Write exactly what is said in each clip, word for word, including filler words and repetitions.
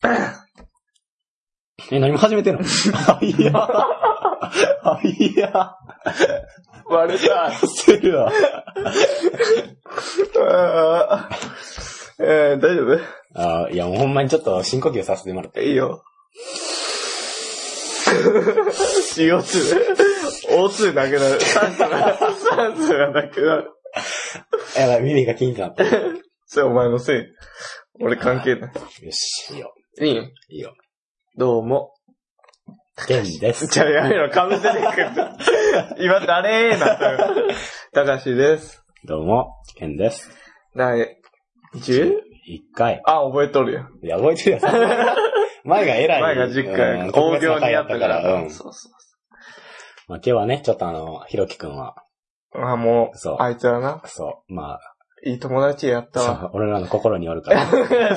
え、何も始めてんの？いや。いや。 割れた。 焦るわ。 あえー、大丈夫？ あいや、もうほんまにちょっと深呼吸させてもらって。 いいよ。シーオーツー。オーツー だけだ。酸素が、酸素がなくなる。 やばい、耳がキンってなった。 それお前のせい。俺関係ない。 よし、いいよ。 いいよ。 いいよ。 どうも。 ケンです。 じゃあやめろ、かぶせてくる。今誰ーなったよ。たかしです。 どうも、ケンです。 第、じゅういっかい。 あ、覚えとるよ。 いや、覚えてるよ。前が偉い。 前がじゅっかい。大行にやったから。うん。そうそう。 まあ今日はね、ちょっとあの、ひろきくんは。 あ、もう、そう。あいつはな。 そう。まあ。 いい友達やったわ。 そう。俺らの心におるから。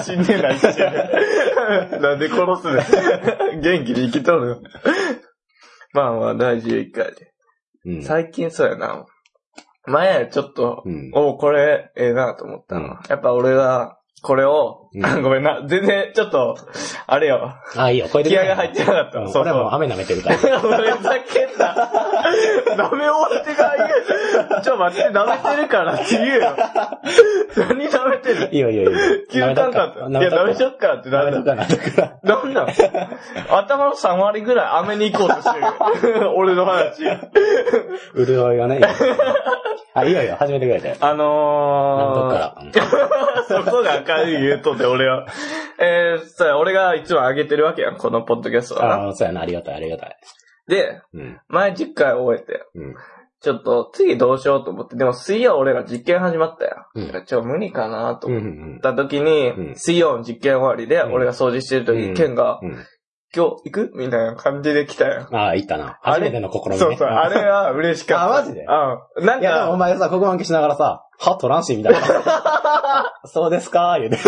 死んでないし。なんで殺すね。元気で生きとる。まあまあ、第じゅういっかいで。うん、最近そうやな。前、ちょっと、うん、おこれ、ええなと思ったの、うん。やっぱ俺は、これを、うん、ごめんな、全然、ちょっと、あれよ。 あ、いいよ、これで。 気合が入ってなかった。 うん、そう。俺も雨舐めてるから。 俺、ふざけんな。舐め終わってから言う。ちょ、待って、舐めてるからって言うよ。何舐めてる？ いいよいいよいいよ。 気づかんかった。いや、舐めちゃっかってなる。 舐めとかな。 なんなん頭のさん割ぐらい飴に行こうとしてる。俺の話。 潤いがね。あ、いいよいいよ、始めてくれて。 あのー、なんとか。そこが明るい言うとって俺は。えー、そうや、俺がいつも上げてるわけやん、このポッドキャストはな。 ああ、そうやな、ありがたい、ありがたい。 で、うん、前じゅっかい終えて、うん、ちょっと次どうしようと思って、でも水曜俺が実験始まったよ。うん、ちょ、無理かなと思った時に、うんうん、水曜の実験終わりで、俺が掃除してる時に、ケンが、うんうん今日行くみたいな感じで来たよ。 ああ、行ったな。初めての試みね。 そうそう、あれは嬉しかった。 あ、マジでうん。なんか。 いや、でもお前さ、黒板消しながらさ、歯取らんし、みたいな。そうですか言うて。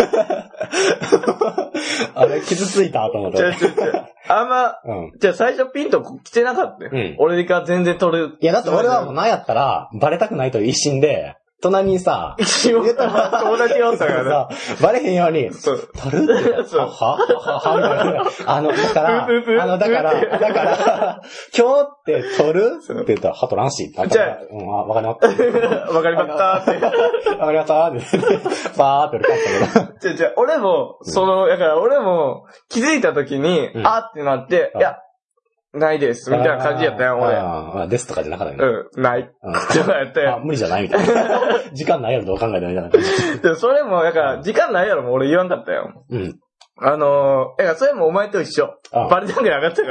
あれ、傷ついたと思って。 ちょちょちょ。あんま、うん、じゃあ最初ピンと来てなかったよ。うん。俺が全然取る。 いや、だって俺はもう何やったら、バレたくないという一心で、隣にさ、 言ったら友達おったからバレへんように、 そう。 取るって、はははみたいな。あの、だから、あの、だから、だから、今日って取るって言ったら、は取らんし。 じゃあ、 うん、わかりました。 わかりましたって。 わかりましたって。バーって俺買ったけど。じゃあ、じゃあ、俺も、その、だから俺も気づいた時に、あってなって、いや、ないです。みたいな感じやったよ、俺。 ああ、ですとかじゃなかったね。うん、ない。うん。とかやったよ。 あ、無理じゃないみたいな。時間ないやろどう考えたみたいな感じ。 でもそれも、だから、時間ないやろも俺言わんかったよ。うん。あのー、だからそれもお前と一緒。バレたくなかったから。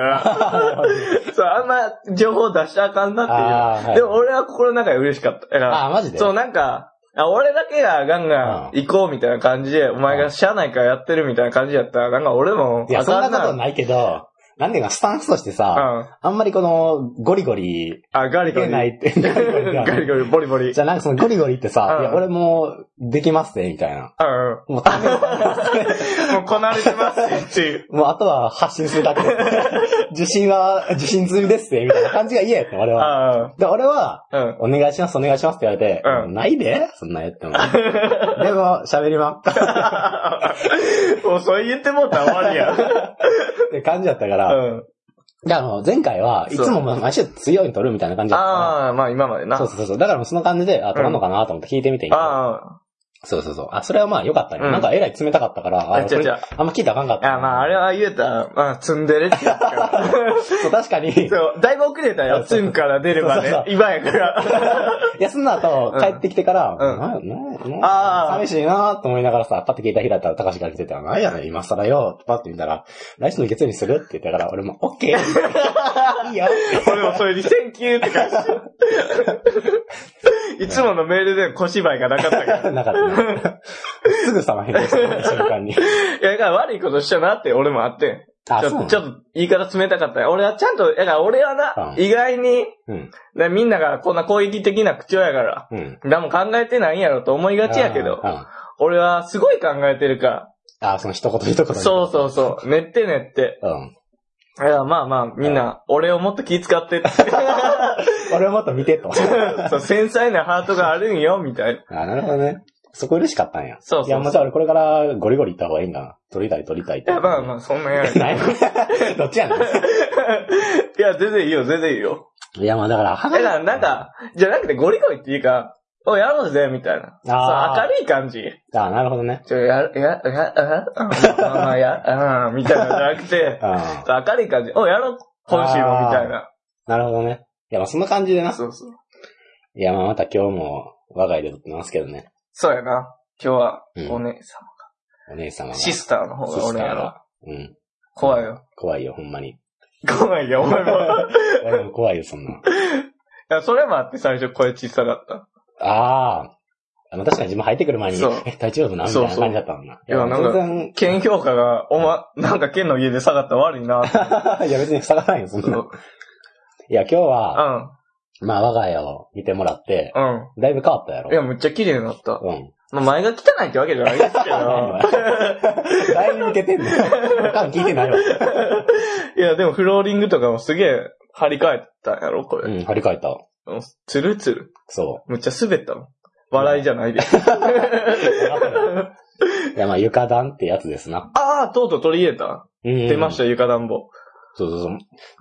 そう、あんま情報出したらあかんなっていう。はい、でも俺は心の中で嬉しかった。だから、 あ、マジでそう、なんか、あ俺だけがガンガン行こうみたいな感じで、お前が社内からやってるみたいな感じやったら、なんか俺も、 いや、そんなことないけど、なんていうか、スタンスとしてさ、うん、あんまりこの、ゴリゴリ、 あ、ガリゴリ。 ないって、ガリゴリ。 ガリゴリ、ボリボリ。 じゃあなんかそのゴリゴリってさ、うん、いや、俺もう、できますね、みたいな。 うん。 もう、ためもうこなれてますっていう。 もう、あとは発信するだけで。受信は、受信済みですね、みたいな感じが嫌やった、俺は。で、俺は、うん、お願いします、お願いしますって言われて、うん、ないでそんなやっても。でも、喋りま。 もう、それ言ってもうたら終わりや。 って感じだったから、うん。で、あの、前回はいつも毎週強いに撮るみたいな感じだったから。 ああ、まあ今までな。 そうそうそう。だからもうその感じで、あ、撮らんのかなと思って聞いてみて、うん。ああ。そうそうそう。あ、それはまあ良かったね。うん、なんかえらい冷たかったから、あ、これあんま聞いたらあかんかった。 あ、まああれは言うたら、まあ積んでるってやつから。 そう、確かに。 そう、だいぶ遅れたよ。ツンから出るまで。今やから。 いや、その後、帰ってきてから、うん。な、な、ああ。寂しいなと思いながらさ、パッて聞いたら開いたら高橋が来てたら、なんやねん、今更よ。パッて見たら、来週の月曜にするって言ったから、俺も、オッケーいいよ。 俺もそれに、センキューって感じ。いつものメールで小芝居がなかったから。 なかった。すぐさま返事したね、瞬間に。いや、だから悪いことしたなって俺もあって。あ、ちょっと、ちょっと言い方冷たかったよ。俺はちゃんと、だから俺はな、うん、意外に、うん、みんながこんな攻撃的な口調やから、うん、何も考えてないんやろと思いがちやけど、うん、俺はすごい考えてるから。 あ、その一言一言。 そうそうそう。練って練って。うん。いや、まあまあ、みんな、俺をもっと気遣ってって。 俺をもっと見てと。 そう、繊細なハートがあるんよ、みたいな。あ、なるほどね。 そこ嬉しかったんや。 そうそうそう。いや、また俺これからゴリゴリ行った方がいいんかな。撮りたい撮りたいって。 いや、まあまあ、そんなやる。 どっちやねん。いや、全然いいよ、全然いいよ。 いや、まあだから、 だからなんか、じゃなくてゴリゴリっていうか、おやろうぜ、みたいな。ああ。明るい感じ。 ああ、なるほどね。 ちょ、や、や、や、や、まあ、や、うん、みたいなじゃなくて、明るい感じ。お、やろう、今週も、みたいな。 なるほどね。いや、まあそんな感じでな。 そうそう。 いや、まあまた今日も我が家で撮ってますけどね。 そうやな。今日は、お姉様が。 お姉様が。 シスターの方が俺やろ。 うん。 怖いよ。 怖いよ、ほんまに。 怖いよ、お前も。 俺も怖いよ、そんな。いや、それもあって最初声小さかった。 ああ。あの、確かに自分入ってくる前に、え、大丈夫なみたいな感じだったもんな。いや、なんか、県評価が、おま、なんか県の家で下がったら悪いな。 いや、別に下がらないよ、そんな。いや、今日は、うん。まあ、我が家を見てもらって、うん。だいぶ変わったやろ。 いや、むっちゃ綺麗になった。うん。まあ、前が汚いってわけじゃないですけど。 だいぶ抜けてんの。他聞いてないわ。 いや、でもフローリングとかもすげえ張り替えたんやろ、これ。 うん、張り替えた。 つるつる。 そう。 むっちゃ滑ったの。笑いじゃないです。いや、まあ、床暖ってやつですな。 ああ、とうとう取り入れた。うん。出ました、床暖房。 そうそうそう。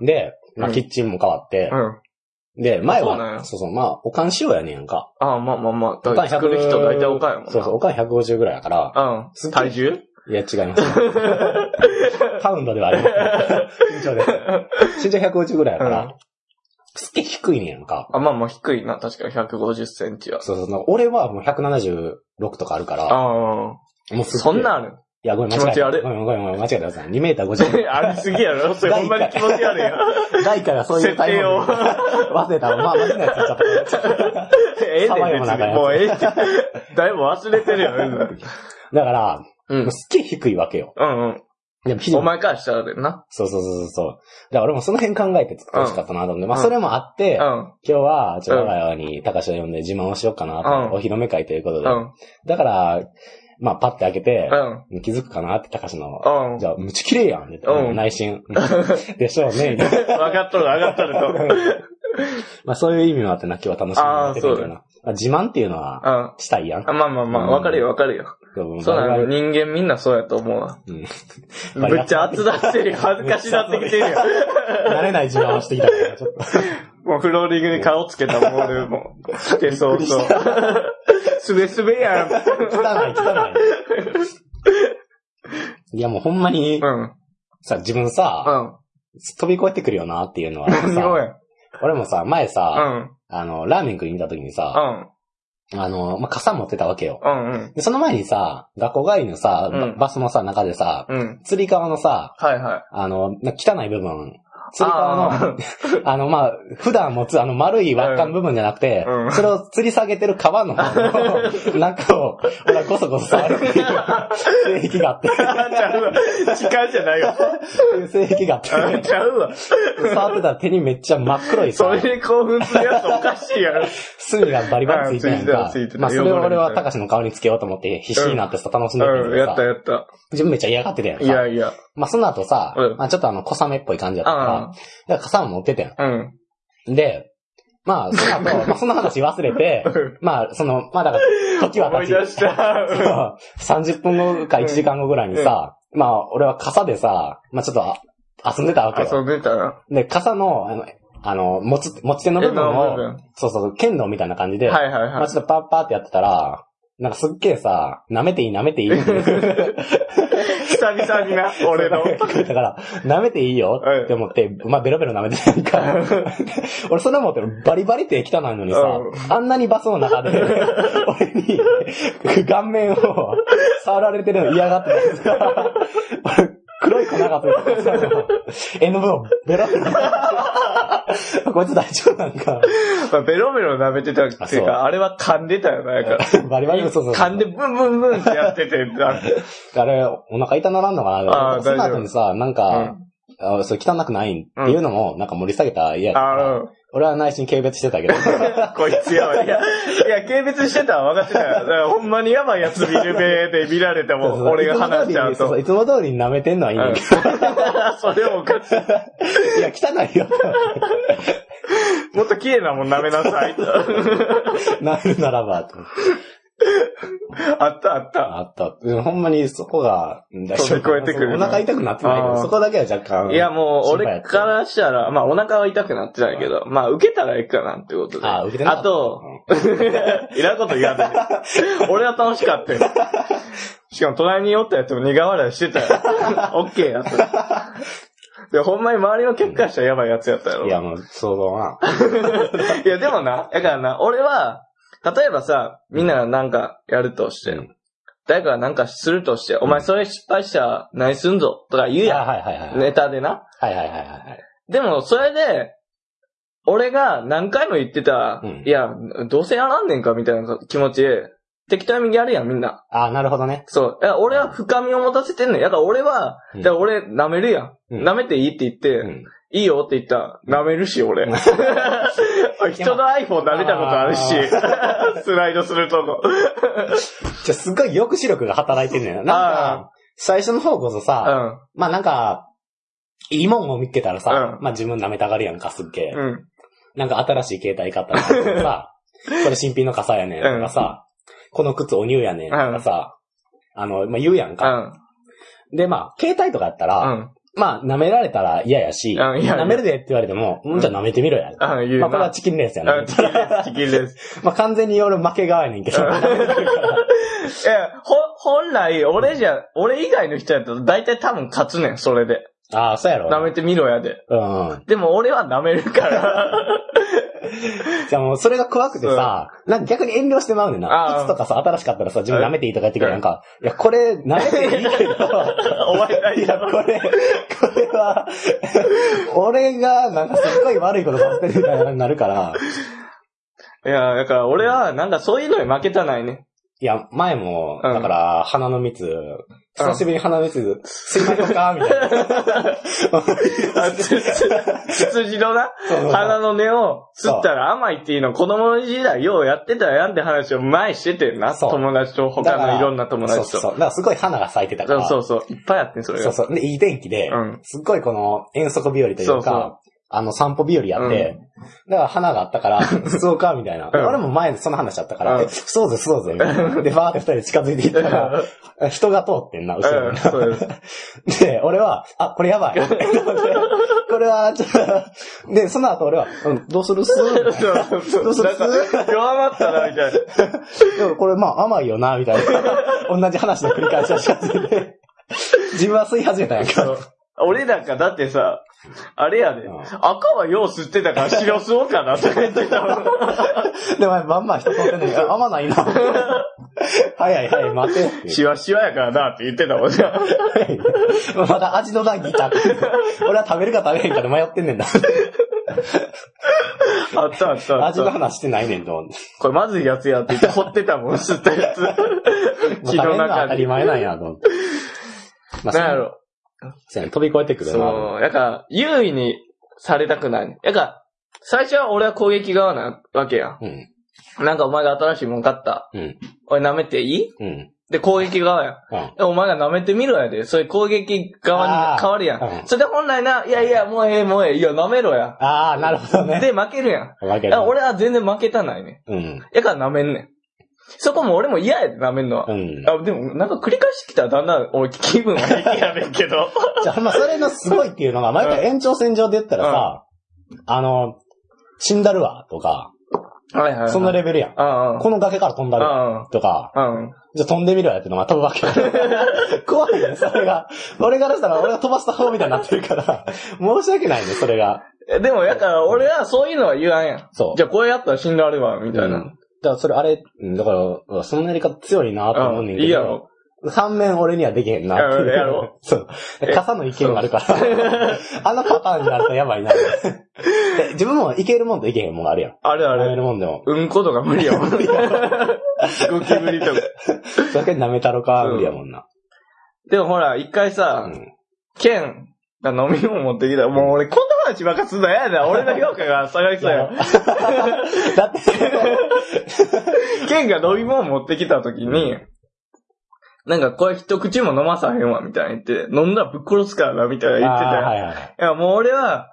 で、まあ、キッチンも変わって、うん。で、前は、そうそう、まあ、おかん仕様やねんやんか。 ああ、まあまあまあ、おかん作る人大体おかんやもんな。 そうそう、おかんひゃくごじゅうぐらいやから。 うん。体重いや、違います。パウンドではあります。身長で。身長ひゃくごじゅうぐらいやから。すっげえ低いねやんか。 あ、まあまあ低いな、確かにひゃくごじゅっセンチは。 そうそう、俺はもうひゃくななじゅうろくとかあるから。ああ。もうすっげえ。そんなある？ いや、ごめん、間違えた。気持ち悪い。ごめん、ごめん、ごめん、間違えたやつだ。にメーターごじゅう。 ありすぎやろそれほんまに気持ち悪いやん。 大からそういうタイプを忘れた。まあ、間違えたやつちゃった。 ええねん、別に。もうええって。だいぶ忘れてるよ、 だから、うん、すっげえ低いわけよ。 うんうん。でもお前からしたらだよな。 そうそうそうそう。だから俺もその辺考えて作ってほしかったなと思って。うん、まあそれもあって、うん、今日は、ちょっと我が家に高橋を呼んで自慢をしようかなと、うん、お披露目会ということで。うん、だから、まあパッて開けて、うん、気づくかなって高橋の、うん、じゃあ、むっちゃ綺麗やんって、うん、内心。でしょうね。 分かっとる、分かっとると。 まあそういう意味もあってな、今日は楽しみになってるけどな。自慢っていうのは、したいやん。 まあまあまあ、わかるよ、わかるよ。そうなの、人間みんなそうやと思うわ。うん。ぶっちゃ熱出してるよ、恥ずかしなってきてるよ。 慣れない自慢をしてきたから、ちょっと。 もうフローリングに顔つけたもん、俺も。してそうそう。すべすべやん。 汚い、汚い。いやもうほんまに、うん、さ、自分さ、うん、飛び越えてくるよなっていうのはさ、俺もさ、前さ、うん、あの、ラーメン食いに行った時にさ、うん、あの、まあ、傘持ってたわけよ、うんうん。で。その前にさ、学校帰りのさ、うん、バスのさ、中でさ、うん、釣り革のさ、はいはい、あの、汚い部分、釣り革の、あの、まあ、普段持つあの丸い輪っかの部分じゃなくて、うん、それを釣り下げてる革の中を、俺はゴソゴソ触るっていう性癖があって。ちゃうわ。時間じゃないよ。 性癖があって。 ちゃうわ。 触ってたら手にめっちゃ真っ黒いさ。 それで興奮するやつおかしいやろ。 墨がバリバリついてないか。まあ、それを俺は高橋の顔につけようと思って必死になってさ、楽しんでたけどさ、 うん。やったやった。 自分めっちゃ嫌がってたやんか。 いやいや。 まあ、その後さ、うん、まあ、ちょっとあの、小雨っぽい感じだったから、だから傘も持ってたやん。うん。で、まあ、その後、まあ、その話忘れて、まあ、その、まあ、だから、時は経ち。思い出した。さんじゅっぷんごかいちじかんごぐらいにさ、うん、まあ、俺は傘でさ、まあ、ちょっと遊んでたわけよ。 遊んでたな。 で、傘の、あの、あの、持つ、持ち手の部分を、そうそう、剣道みたいな感じで、はいはいはい。まあ、ちょっとパッパーってやってたら、なんかすっげえさ、舐めていい舐めていい久 々にな、俺の。 だから、舐めていいよって思って、まあベロベロ舐めてなんか、俺それ思ってバリバリって汚いのにさ、うん、あんなにバスの中で、俺に顔面を触られてるの嫌がってたんですか黒い粉がついてる。絵の部をベロベロ。こいつ大丈夫なんか。 まあ、ベロベロ舐めてたっていうか、あれは噛んでたよな、やから。 バリバリそうそう。 噛んでブンブンブンってやってて。 あれ、お腹痛ならんのかな。あその後にさ、なんか、うん、あそれ汚くないっていうのも、なんか盛り下げたら嫌だった。うん俺は内心軽蔑してたけど。 こいつやばい。いや、いや、軽蔑してたわ。分かってたよ。だからほんまにやばいやつ見る目で見られても、俺が話しちゃうと。 そうそういつも通りに舐めてんのはいいんだけど。 それもおかしい。 いや、汚いよ。 もっと綺麗なもん舐めなさい。 舐めるならば。 あったあった。 あった。ほんまにそこが、 飛び越えてくる。 お腹痛くなってないけど、そこだけは若干。 いやもう、俺からしたら、まあお腹は痛くなってないけど、まあ受けたらいいかなってことで。 あ、受けてなかった。 あと、いらんこと言わない。俺は楽しかったよ。しかも隣におったやつも苦笑いしてたよ。オッケーやった。で、ほんまに周りの結果したらやばいやつやったやろ。 いやもう、そうだな。 いやでもな、だからな、俺は、例えばさ、みんながなんかやるとして、うん、誰かがなんかするとして、うん、お前それ失敗したら何すんぞとか言うやん。 はいはいはいはい、 ネタでな。 はいはいはいはい。 でも、それで、俺が何回も言ってた、うん、いや、どうせやらんねんかみたいな気持ちで、適当にやるやん、みんな。 ああ、なるほどね。 そう。いや俺は深みを持たせてんねん。だから俺は、うん、だから俺舐めるやん。うん、舐めていいって言って、うん、いいよって言ったら、舐めるし、俺。人の iPhone 舐めたことあるし、スライドするとこ。 じゃ、すっごい抑止力が働いてんねん。なんか、最初の方こそさ、うん、まあなんか、いいもんを見つけたらさ、うん、まあ自分舐めたがるやんか、すっげえ。うん、なんか新しい携帯買ったらさ、これ新品の傘やねんとかさ、うん、この靴おニューやねんとかさ、うん、あの、まあ言うやんか。うん、で、まあ、携帯とかやったら、うんまあ、舐められたら嫌やし、うん、舐めるでって言われても、うん、じゃあ舐めてみろや。うん、まあ、これはチキンレースやね。 うん、チキンレース、チキンレース。 まあ、完全に俺負け側やねんけど。いや、 ほ、本来、俺じゃ、俺以外の人やったら大体多分勝つねん、それで。 ああ、そうやろ。 舐めてみろやで。 うん。 でも俺は舐めるから。 じゃあもうそれが怖くてさ、なんか逆に遠慮してまうねんな。靴とかさ、新しかったらさ、自分舐めていいとか言ってくるなんか、いや、これ舐めていいけど、 お前ないや、これ、これは、俺がなんかすっごい悪いことさせてるみたいなになるから。 いや、だから俺はなんかそういうのに負けたないね。 いや、前も、だから、鼻の蜜、久しぶりに鼻の蜜、吸いましょうかみたいな。 羊のな、鼻の根を吸ったら甘いっていうの子供の時代ようやってたやんって話を前しててんな。友達と他のいろんな友達と。 そうそう。だからすごい花が咲いてたから。 そうそう。いっぱいあってん、それが。 そうそう。で、いい天気で、すっごいこの遠足日和というか、そうそうあの、散歩日和やって、うん、だから花があったから、そうか、みたいな。うん、俺も前その話あったから、うん、そうぜ、そうぜ、みたいな。で、バーって二人で近づいていったら、人が通ってんな、後ろに。で、俺は、あ、これやばい。これは、ちょっと、で、その後俺は、うん、どうするっすどうするっす弱まったな、みたいな。 でもこれまあ甘いよな、みたいな。同じ話の繰り返しをし始めて、自分は吸い始めたんやけど。 俺なんかだってさ、あれやで、うん、赤はよう吸ってたから白吸おうかなって言ってたもん。 でもまんま人通ってんねんけど、甘ないな。早い早い待て。 シワシワやからなって言ってたもんじゃん。 まだ味のないギターって。俺は食べるか食べへんかで迷ってんねんだ。 あったあったあった。 味の話してないねんと。 これまずいやつやって言って掘ってたもん、吸ったやつ。 気の中に。当たり前なんやと思って。 まあ、なんやろ。 そうやね、飛び越えてくるな。 そう。やから優位にされたくない。やから、最初は俺は攻撃側なわけや。うん。なんかお前が新しいもん買った。うん。俺舐めていいうん。で、攻撃側や。うん。で、お前が舐めてみろやで。それ攻撃側に変わるやん。うん。それで本来な、いやいや、もうええ、もうええ。いや、舐めろや。 ああ、なるほどね。 で、負けるやん。 負ける。 俺は全然負けたないね。うん。やから舐めんねん。そこも俺も嫌やで、舐めんのは。うん。あ、でも、なんか繰り返してきたらだんだん、俺気分は平気やねんけど。 じゃあ、まあ、それのすごいっていうのが、毎回延長線上で言ったらさ、うん、あの、死んだるわ、とか、はいはいはい、そんなレベルやん。うんうん、この崖から飛んだるわ、とか、うんうん、じゃあ飛んでみろやってのが飛ぶわけ。怖いね、それが。俺からしたら俺が飛ばした方みたいになってるから、申し訳ないね、それが。 でも、やから俺はそういうのは言わんやん。そう。じゃあこれやったら死んだるわ、みたいな。うんだからそれあれ、だから、そのやり方強いなと思うねんけど。いいやろ。反面俺にはできへんなっていう。 やろ。 そう。傘の意見があるから。あのパターンになるとやばいな。自分もいけるもんといけへんもんがあるやん。 あれあれ。 舐めるもんでも。 うんことか無理やもん。ゴキブリとか。 それだけ舐めたろか無理やもんな。 でもほら、一回さ、うん、ケン、飲み物持ってきた。もう俺こんな話ばっかすんのやだ。俺の評価が下がりそうよ。だって、ケンが飲み物持ってきたときに、なんかこれ一口も飲まさへんわ、みたいな言って、飲んだらぶっ殺すからな、みたいな言ってたよ。はいはい、いや、もう俺は、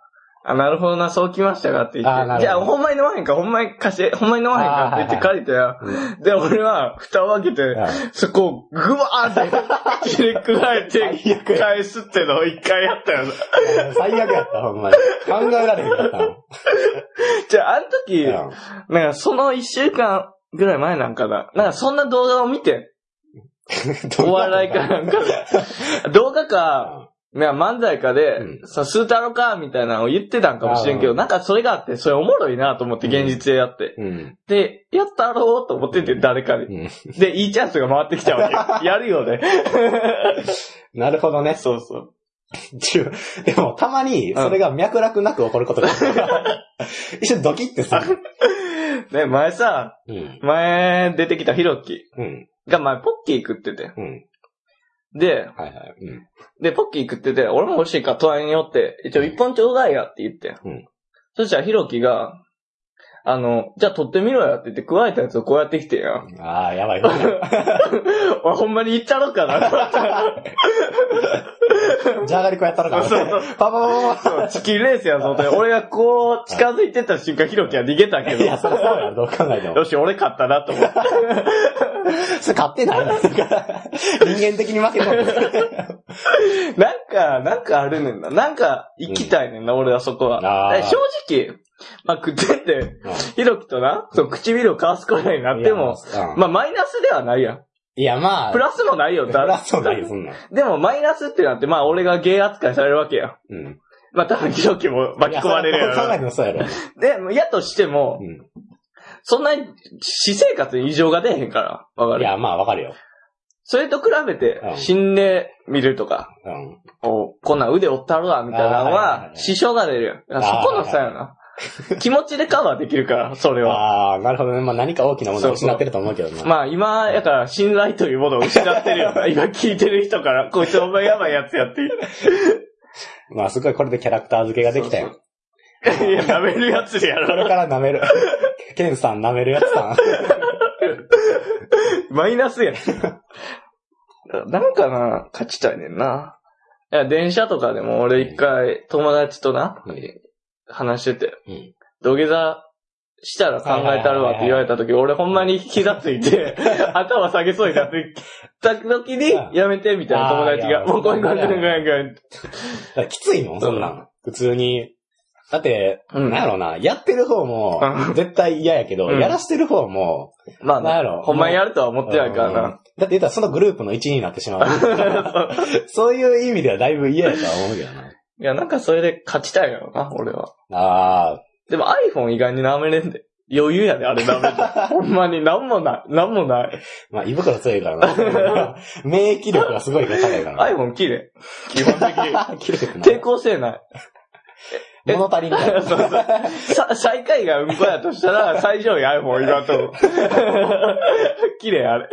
あ、なるほどな、そう来ましたかって言って。じゃあ、ほんまに飲まへんか、ほんまに貸して、ほんまに飲まへんかって言って借りてよ。で、俺は、蓋を開けて、そこをぐわーって切れくらえて、返すってのを一回やったよな。 最悪やった、ほんまに。考えられへんかったの。 じゃあ、あの時、なんかその一週間ぐらい前なんかな。なんかそんな動画を見て、お笑いかなんかで。動画か、いや、漫才かで、うん、さ、スー太郎か、みたいなのを言ってたんかもしれんけど、なんかそれがあって、それおもろいなと思って、現実でやって。うん、で、やったろうと思ってて、誰かに、うん。で、いいチャンスが回ってきちゃうわけ。やるよね。 なるほどね。 そうそう。 でも、たまに、それが脈絡なく起こることがあるから、うん、一瞬ドキッてする。 ね、前さ、うん、前出てきたヒロキが前、ポッキー食ってて。うんで、はいはいうん、で、ポッキー食ってて、俺も欲しいから隣に寄って、一応一本ちょうだいやって言って。うん、そしたらヒロキが、あの、じゃあ取ってみろよって言って加えたやつをこうやってきてや。 ああ、やばい。 俺ほんまに言っちゃろうかな。 じゃあがりこやったのかな。そうそう。パパパパパ。 チキンレースやぞって。俺がこう近づいてった瞬間ヒロキは逃げたけど。 いや、それそうやろ、どう考えても。 よし、俺勝ったなと思って。 それ勝ってないな。人間的に負けた。 なんか、なんかあるねんな。なんか行きたいねんな、うん、俺はそこは。正直、まあ、食ってて、うん、ヒロキとな、そう、唇を交わすくらいになっても、うん、まあ、マイナスではないやん。 いや、まあ。 プラスもないよ、 プラスもないよ、そんな。 でも、マイナスってなって、まあ、俺がゲイ扱いされるわけや。うん。まあ、多分、ヒロキも巻き込まれるやろ。 考えてもそうやろ。 で、やとしても、うん、そんなに、私生活に異常が出へんから、わかる？ いや、まあ、わかるよ。 それと比べて、心霊見るとか、うん、おこんな腕折ったるわ、みたいなのは、支障が出るよ。そこの差やな。気持ちでカバーできるから、それは。 ああ、なるほどね。まあ何か大きなものを失ってると思うけどな。 そうそうまあ今、やから信頼というものを失ってるよ。今聞いてる人から、こいつお前やばいやつやって。 まあすごいこれでキャラクター付けができたよ。 そうそういや、舐めるやつでやろう。 これから舐める。ケンさん舐めるやつさん。 マイナスやん。なんかな、勝ちたいねんな。いや、電車とかでも俺一回友達とな、うん話してて、うん、土下座したら考えたるわって言われた時、俺ほんまに膝ついて、頭下げそうになってた時に、やめてみたいな友達が、もうこれこれこれこれこれ。きついもん、そんなん。普通に。だって、うん、なんやろうな、やってる方も、絶対嫌やけど、うん、やらしてる方も、 まあ、なんやろほんまにやるとは思ってないからな。うん、 だって言ったらそのグループの一員になってしまう。そういう意味ではだいぶ嫌やとは思うけどな。 いや、なんかそれで勝ちたいよな、俺は。 ああ。 でも iPhone 意外に舐めれんで。余裕やで、あれ舐める。ほんまになんもない。なんもない。 まあ、胃袋強いからな。免疫力がすごい高いからな。 iPhone 綺麗。基本的に。綺麗抵抗性ない。 物足りんから。 そうそう。さ、最下位がうんこやとしたら、最上位 iPhone いらんと思う。綺麗、あれ。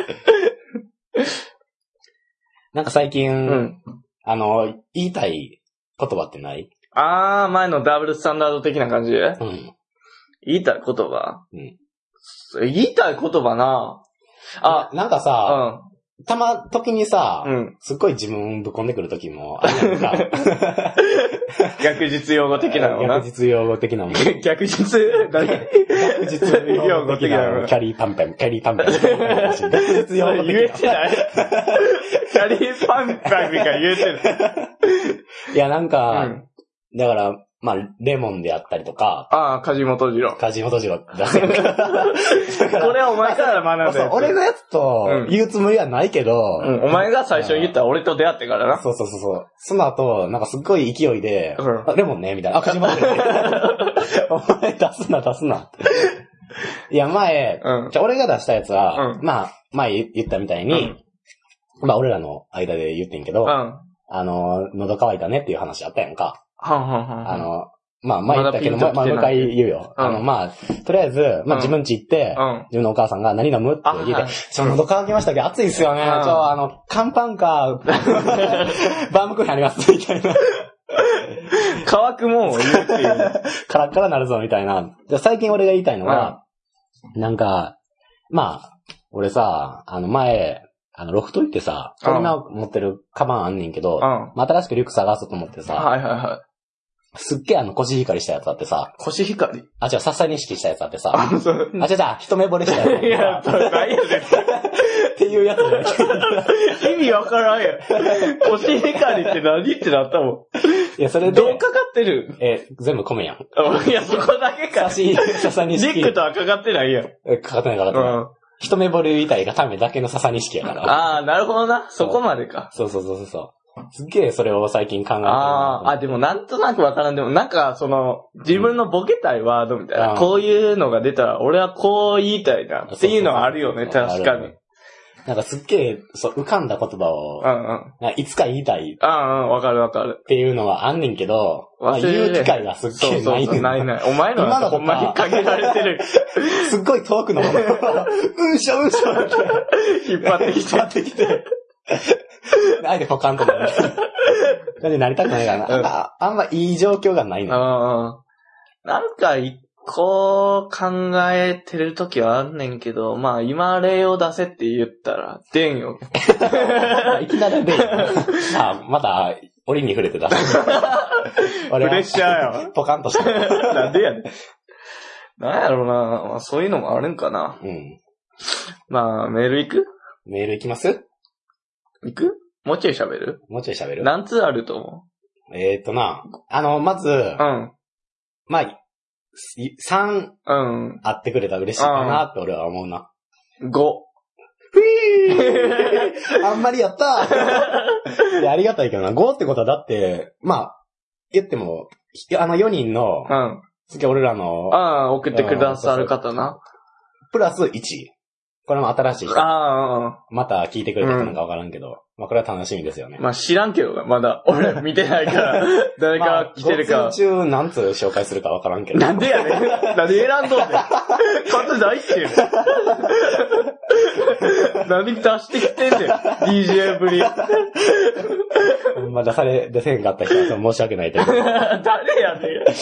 なんか最近、うん、あの、言いたい言葉ってない？ あー、前のダブルスタンダード的な感じで、うん、言いたい言葉、うん、言いたい言葉なあ、な、なんかさ、うん、たま、時にさ、うん、すっごい自分ぶっ込んでくる時もあるやんか。 逆実用語的なのな。 逆実用語的なもん。 逆実、何逆実用語的なの。 キャリーパンパン、キャリーパンパン。 逆実用語的な。言えてないキャリーパンパンみたい言えてる。 いや、なんか、うん、だから、まあ、レモンであったりとか。 ああ、梶本次郎。 梶本次郎だ。 これはお前から学んだやつ。 俺のやつと言うつもりはないけど。 うん、お前が最初に言ったら俺と出会ってからな。 そうそうそうそう。その後、なんかすっごい勢いで、うん、レモンねみたいな。あ、梶本次郎。お前出すな出すな。いや、前、うん、じゃ俺が出したやつは、うん、まあ、前言ったみたいに、うん、まあ俺らの間で言ってんけど、うん、あの、喉乾いたねっていう話あったやんか。 はんはんはんあの、まあ、前言ったけど、まあ、もう一回言うよ。うん、あの、まあ、とりあえず、まあ、自分家行って、うん、自分のお母さんが何飲むって聞いて、はい、ちょ、喉乾きましたけど、暑いっすよね。うん、ちょ、あの、乾パンか、バームクーヘンあります、みたいな。 乾くもんを言うっていう。 カラッカラなるぞ、みたいな。じゃ最近俺が言いたいのは、うん、なんか、まあ、俺さ、あの、前、あの、ロフト行ってさ、俺の持ってるカバンあんねんけど、うん、まあ、新しくリュック探すと思ってさ、 はいはいはい。 すっげえあの、腰光したやつあってさ。 腰光あ、違う、笹錦したやつあってさ。 あ、そう。 あ、違う違う、一目惚れしたやつ。 いや、それ何やねん。 っていうやつだ意味わからんやん。腰光って何ってなったもん。 いや、それで。 どうかかってるえ、全部米やん。 いや、そこだけか。 笹錦。 ジックとはかかってないやん。 え、かかってないかかってない。うん。一目惚れみたいがためだけの笹錦やから。 ああ、なるほどな。そこまでか。 そうそうそうそう。すっげえそれを最近考えてる。 ああ、あ、でもなんとなくわからんでも、なんかその、自分のボケたいワードみたいな、うん、こういうのが出たら、俺はこう言いたいな、っていうのはあるよね、確かに。 なんかすっげえ、そう、浮かんだ言葉を、うんうん、いつか言いたい。 うんうん、わかるわかる。 っていうのはあんねんけど、まあ、言う機会がすっげえないねん。 そうそうそう、ないない。お前のはほんまに限られてる。 すっごい遠くのもの。うんしょうんしょって。 引っ張ってきて。 引っ張ってきて。あえてポカンとなる。感じになりたくないからな。うん、あ, あんまいい状況がないね。 なんか一個考えてるときはあんねんけど、まあ今例を出せって言ったら、出んよ。 いきなり出んよ。あ、また、折に触れてた。 プレッシャーやわ。 ポカンとして。 なんでやねん。なんやろうな、まあ、そういうのもあるんかな。 うん。 まあ、メール行く？ メール行きます？ 行く？もうちょい喋る？ もうちょい喋る？ 何通あると思う？えーっとな、あの、まず、うん。まあ、さん、うん。あってくれたら嬉しいかなって俺は思うな。 ご。 ふぃーあんまりやったーいや、ありがたいけどな。ごってことはだって、まあ、言っても、あのよにんの、うん。次俺らの、 ああ、送ってくださる方な。 プラスいち。これも新しい人。ああ、また聞いてくれたのかわからんけど、うん、まあこれは楽しみですよね。 まあ知らんけどな、まだ。俺見てないから、誰か来てるか。 まあ、ご通中何通紹介するかわからんけど。 なんでやねん。なんで選んどんねん。数ないっていう。何出してきてんねん。ディージェー ぶり。 まあ出され、出せんかった人は申し訳ないという。 誰やねん。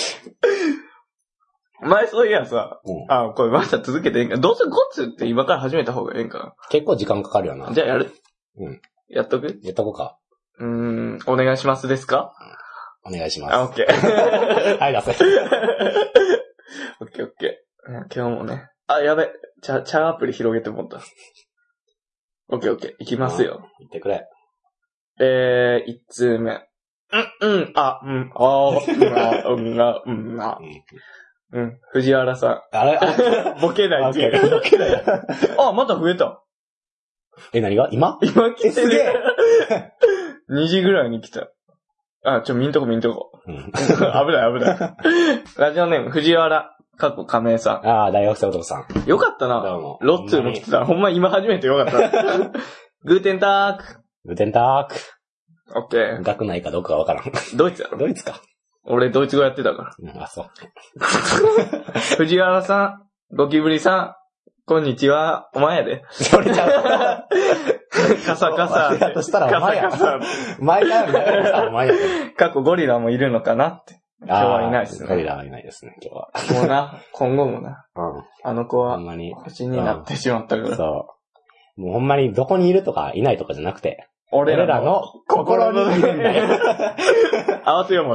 前そういやさ、うん、あ、これまた続けてええんか。どうせごつって今から始めた方がええんかな。 結構時間かかるよな。 じゃあやる？ うん。 やっとく？ やっとこうか。 うーん、お願いしますですか？ お願いします。 あ、オッケー。 はい、出せ。 オッケーオッケー。今日もね。あ、やべ。チャ、チャーアプリ広げてもった。オッケーオッケー。いきますよ。 言ってくれ。 えー、一通目。うん、うん、あ、うん、あー、うん、あ、うん、あ。うん。藤原さん。 あれボケないっていう。ボケない。あ、また増えた。 え、何が今今来てる。すげえ。にじぐらいに来た。あ、ちょ、見んとこ見んとこ。うん、危ない危ない。ラジオネーム、藤原、かっこ亀井さん。 ああ、大学生お父さん。 よかったな。 どうも。 ロッツーも来てた。ほんま今初めてよかった。グーテンターク。 グーテンターク。 オッケー。 学内かどうかわからん。 ドイツやろ？ ドイツか。 俺、ドイツ語やってたから。 うん、あ、そう。 藤原さん、ゴキブリさん、こんにちは、お前やで。 それじゃカサカサ。 だとしたらお前や。カサカサ。お前やみたいな。お前やで。 過去ゴリラもいるのかなって。今日はいないですね。 ゴリラはいないですね、今日は。 もうな、今後もな。 うん。 あの子は、ほんまに。星になってしまったから、うん。 そう。もうほんまにどこにいるとかいないとかじゃなくて、 俺らの心にいるんだよ。 合わせようもって。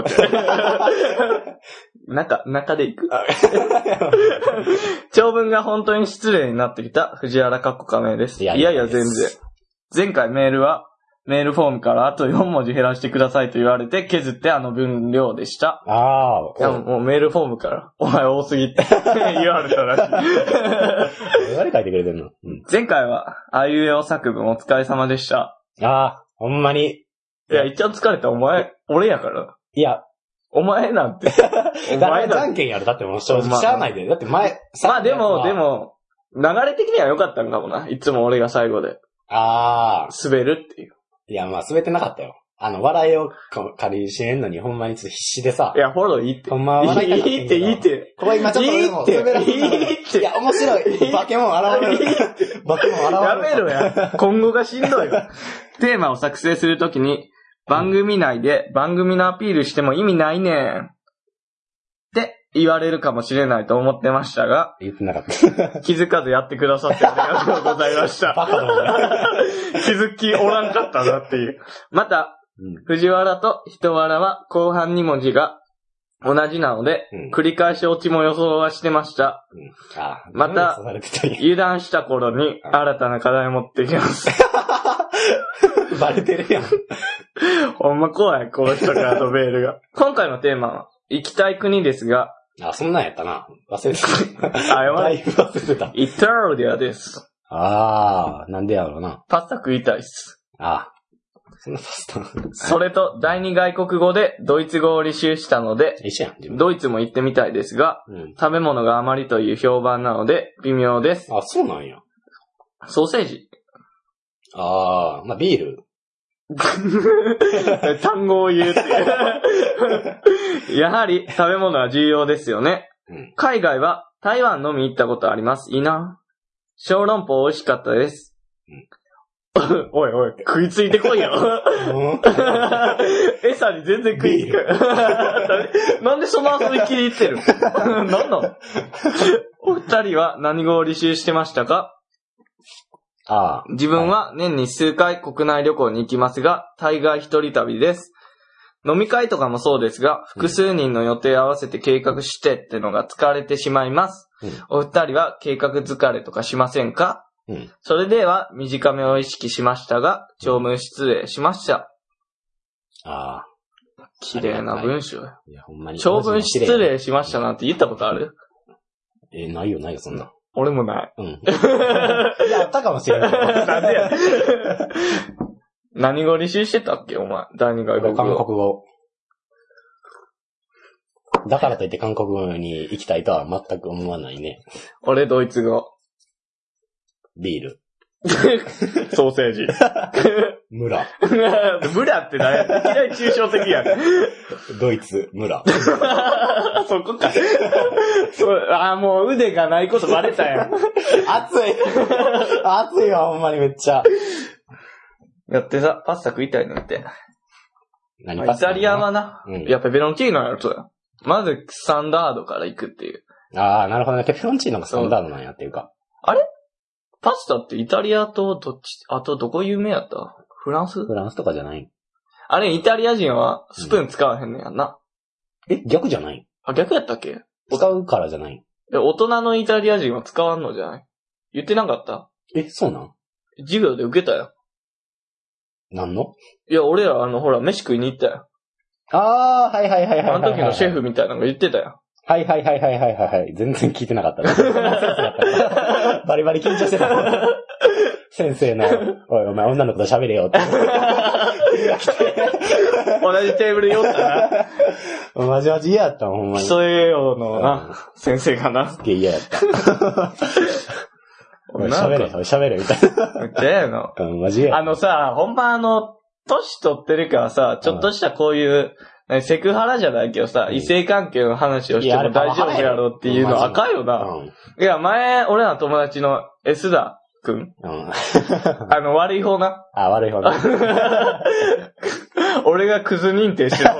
中、中で行く長文が本当に失礼になってきた藤原かっこ仮名です。いやいや、いや全然。前回メールは、メールフォームからあとよんもじ減らしてくださいと言われて削ってあの分量でした。 ああ。 いやもうメールフォームから、お前多すぎって言われたらしい。 誰書いてくれてんの、うん、 前回は、あいうえお作文お疲れ様でした。 ああ、ほんまに。 いや、一番疲れたお前、俺やから。 いや。 お前なんて。 お前じゃんけんやる。だってもう正直しゃあないで。だって前、 まあでも、でも、流れ的には良かったんかもな。いつも俺が最後で。 ああ。 滑るっていう。 いや、まあ滑ってなかったよ。あの、笑いを借りしれんのにほんまにちょっと必死でさ。 いや、フォローいいって。 ほんまは笑いたかったんだけど。 いいって、いいって。 これ今ちょっと俺も滑らせて。いいって。いや、面白い。化け物現れる。化け物現れる。 やめろや。今後がしんどいわ。テーマを作成するときに、番組内で番組のアピールしても意味ないねん。って言われるかもしれないと思ってましたが、 言ってなかった。 気づかずやってくださってありがとうございました。 バカだもんね。 気づきおらんかったなっていう。また、うん、藤原と人原は後半に文字が同じなので、うん、繰り返しオチも予想はしてました。 うん、あまた、油断した頃に新たな課題を持ってきます。 バレてるやん。 ほんま怖い、この人からのメールが。今回のテーマは、行きたい国ですが、 あ、そんなんやったな。忘れてた。 あ、やばい。 だいぶ忘れてた。 イタリアです。 あー、なんでやろうな。 パスタ食いたいっす。 あそんなパスタ。 それと、第二外国語でドイツ語を履修したので、 一緒やん、 ドイツも行ってみたいですが、うん、食べ物があまりという評判なので、微妙です。 あ、そうなんや。 ソーセージ。 あー、まあ、ビール。 単語を言うっていう。やはり食べ物は重要ですよね。うん、海外は台湾のみ行ったことあります。いいな。小籠包美味しかったです。うんおいおい、食いついてこいよ。餌に全然食いつく。なんでその遊び気に入ってるなんなのお二人は何語を履修してましたか？ ああ自分は年に数回国内旅行に行きますが、大概一人旅です。飲み会とかもそうですが、複数人の予定合わせて計画してってのが疲れてしまいます。うん、お二人は計画疲れとかしませんか？うん、それでは短めを意識しましたが、長文失礼しました。 ああ。 綺麗な文章や。 いや、ほんまに。 長文失礼しましたなんて言ったことある？ えー、ないよ、ないよ、そんな。 俺もない。 うん。いや、あったかもしれない。 なんでや。何語履修してたっけ、お前。第二外国語。 韓国語。だからといって韓国語に行きたいとは全く思わないね。 俺、ドイツ語。 ビール。 ソーセージ。 村。 村って何や？いきなり抽象的やん。 ドイツ、村。 そこか。ああ、もう腕がないことバレたやん。 熱い。熱いわ、ほんまにめっちゃ。 やってさ、パスタ食いたいねって。 何パスタ？ イタリアはな、うん、いや、ペペロンチーノやるとや。まず、スタンダードから行くっていう。 ああ、なるほどね。ペペロンチーノがスタンダードなんやっていうか。 あれパスタってイタリアとどっち、あとどこ有名やった？フランス？ フランスとかじゃない？ あれ、イタリア人はスプーン使わへんねやんな。 うん、え、逆じゃない？ あ、逆やったっけ？ 使うからじゃない。 え、大人のイタリア人は使わんのじゃない？言ってなかった？ え、そうなん？ 授業で受けたよ。 なんの？ いや、俺らあの、ほら、飯食いに行ったよ。 あー、はいはいはいはいはい、はい。 あの時のシェフみたいなのが言ってたよ。 はいはいはいはいはいはい。全然聞いてなかった。バリバリ緊張してた。先生の、おいお前女の子と喋れよって。 同じテーブル酔ったな。 マジマジ嫌やったもん、ほんまに。 そういうようなな、先生かな。 すげえ嫌やった。おい喋れ、おい喋れ、みたいな。 めっちゃ嫌やな。 うん、マジ嫌や。 あのさ、ほんまあの、年取ってるからさ、ちょっとしたこういう、セクハラじゃないけどさ、うん、異性関係の話をしても大丈夫やろっていうの赤いよな。うん、いや、前、俺らの友達の S 田くん。うん、あの、悪い方な。 あ、悪い方な。 俺がクズ認定してる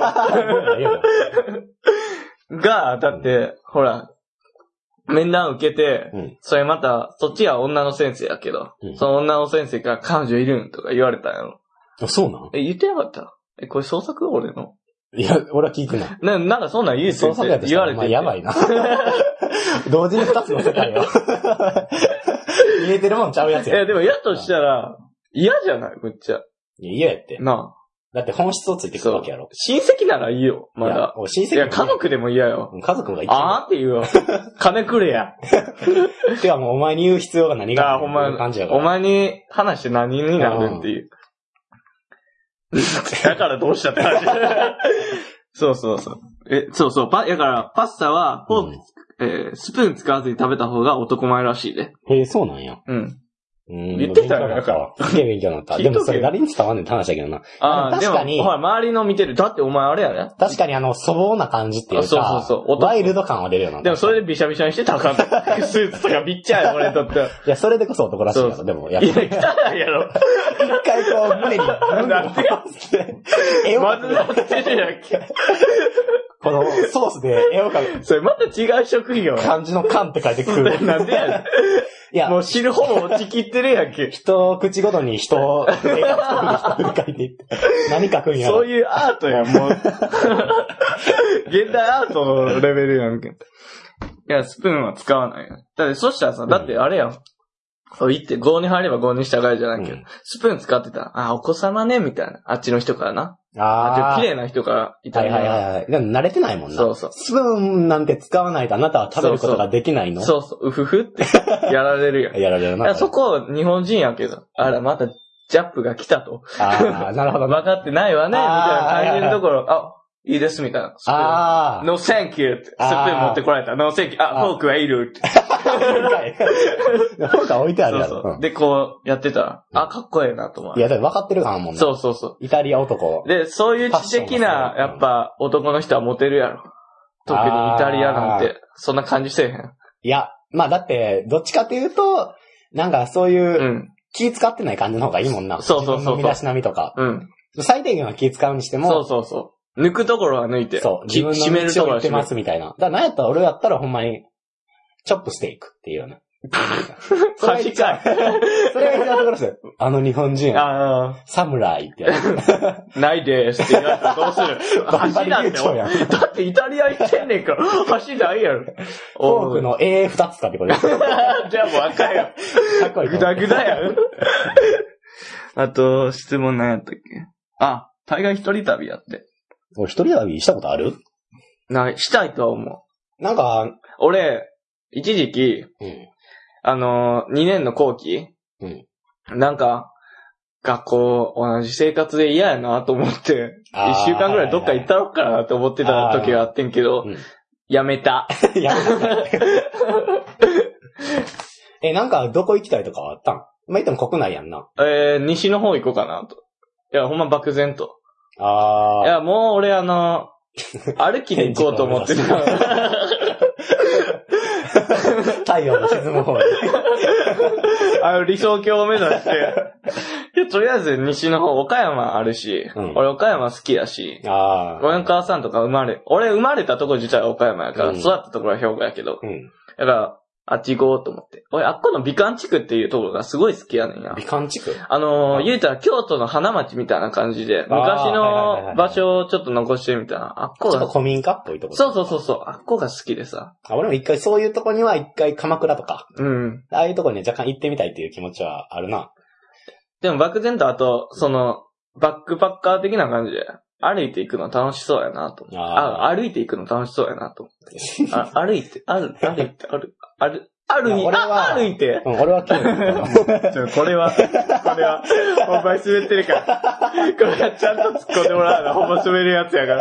方。が、だって、うん、ほら、面談受けて、うん、それまた、そっちは女の先生やけど、うん、その女の先生から彼女いるんとか言われたんやろ。 あ、そうなん？ え、言ってなかった？え、これ創作俺の？ いや、俺は聞いてない。 な、なんかそんなん言うて創作やって言われて。まあ、やばいな。同時に二つの世界を。見えてるもんちゃうやつや。 え、でも嫌としたら、嫌じゃないむっちゃ。 いや、嫌やって。 なあ。 だって本質をついてくるわけやろ。 親戚ならいいよ、まだ。 いや、親戚いや、家族でも嫌よ。 家族がいい。 あーって言うよ。金くれや。 てかもうお前に言う必要が何があるの感じやから。 お前に話して何になるっていう。だからどうしたって話。そうそうそう。え、そうそう。パ、だからパスタは、フォーク、うん、えー、スプーン使わずに食べた方が男前らしいで。 へえ、そうなんや。 うん。言ってたよ、だから。 すげえ勉強になった。でもそれ誰に伝わんねんって話だけどな。 ああ、確かに。ほら、周りの見てる。だってお前あれやね。 確かにあの、粗暴な感じっていうか、そうそうそう。ワイルド感は出るよな。 でもそれでビシャビシャにしてたらあかん。スーツとかビッチャーや、俺にとっては。いや、それでこそ男らしいやろ、でも。 いや、汚いやろ。 一回こう、胸に、 なんでよ。え、まずなってるやんけ。 このソースで絵を描く。 それまた違う職業や。 漢字の漢って書いてくる。 なんでやねん。いや、もう知る方も落ちきってるやんけ。 一口ごとに人を、絵が一人一人書いていって。何書くんやろ。 そういうアートやん、もう。 現代アートのレベルやんけ。いや、スプーンは使わないよ。だって、そしたらさ、だってあれやん。そう言って、ごに入ればごに従いじゃないけど、うん、スプーン使ってたら、あ、お子様ね、みたいな。あっちの人からな。ああ。綺麗な人からいたり。 はいはいはい。でも慣れてないもんな。 そうそう。 スプーンなんて使わないとあなたは食べることができないの？ そうそう。うふふってやられるやん。 やられるな。 そこ、日本人やけど、あら、また、ジャップが来たと。 ああ、なるほど。 分かってないわね、みたいな感じのところ、あ、いいです、みたいな。 ああ。 No thank you って。スプーン持ってこられた。No thank you. あ、フォークはいるって。 フォークは置いてあるやろ。 そうそう。で、こうやってたら、あ、かっこええなと思う。 いや、でも分かってるからもんね。 そうそうそう。 イタリア男。 で、そういう知的な、やっぱ、男の人はモテるやろ。特にイタリアなんて、そんな感じせえへん。 いや、まあだって、どっちかっていうと、なんかそういう、うん、気使ってない感じの方がいいもんな。 そうそうそう。 身だしなみとか。 うん。 最低限は気使うにしても。 そうそうそう。抜くところは抜いて。 そう。自分の締めるところは締めてますみたいな。だから何やったら俺やったらほんまに、チョップしていくっていうよね。 恥かい。 それが一番ところですよ。あの日本人。 ああ。 侍ってやつ。 ないですって言われたらどうする？橋なんて。だってイタリア行ってんねんから、橋ないやろ。 フォークの エーふたつ使ってこれ。 じゃあもう赤いよ。 かっこいい。 ぐだぐだやん。あと、質問何やったっけ？あ、大概一人旅やって。 俺一人旅したことある？ な、したいとは思う。 なんか、 俺、一時期、うん、あのー、にねんの後期、うん、なんか、学校、同じ生活で嫌やなと思って、一週間ぐらいどっか行ったろっかなと思ってた時があってんけど、うん、やめた。やめた。 え、なんか、どこ行きたいとかはあったん？まあ、言っても国内やんな。 えー、西の方行こうかなと。いや、ほんま漠然と。 あー。 いや、もう俺あの、歩きで行こうと思ってた。 太陽の沈む方に。 あの、理想郷を目指して。いや、とりあえず西の方、岡山あるし、うん、俺岡山好きやし、 あ俺の母さんとか生まれ、俺生まれたとこ自体は岡山やから、うん、育ったところは兵庫やけど、うん、だから、あっち行こうと思って。俺、あっこの美観地区っていうところがすごい好きやねんや。 美観地区？ あのー、言うたら京都の花町みたいな感じで、昔の場所をちょっと残してみたいな。あっこが。 ちょっと古民家っぽいところ。 そうそうそうそう。あっこが好きでさ。 あ、俺も一回そういうとこには一回鎌倉とか。 うん。 ああいうとこに若干行ってみたいっていう気持ちはあるな。 でも漠然とあと、その、バックパッカー的な感じで。歩いていくの楽しそうやなと思って。ああ、歩いていくの楽しそうやなと思って。あ歩いて、歩、歩いて、歩、歩、歩いて、歩いて。 うん、俺は興味ない。 ちょ、これは、これは、ほんまに滑ってるから。これはちゃんと突っ込んでもらうの、ほんま滑るやつやから。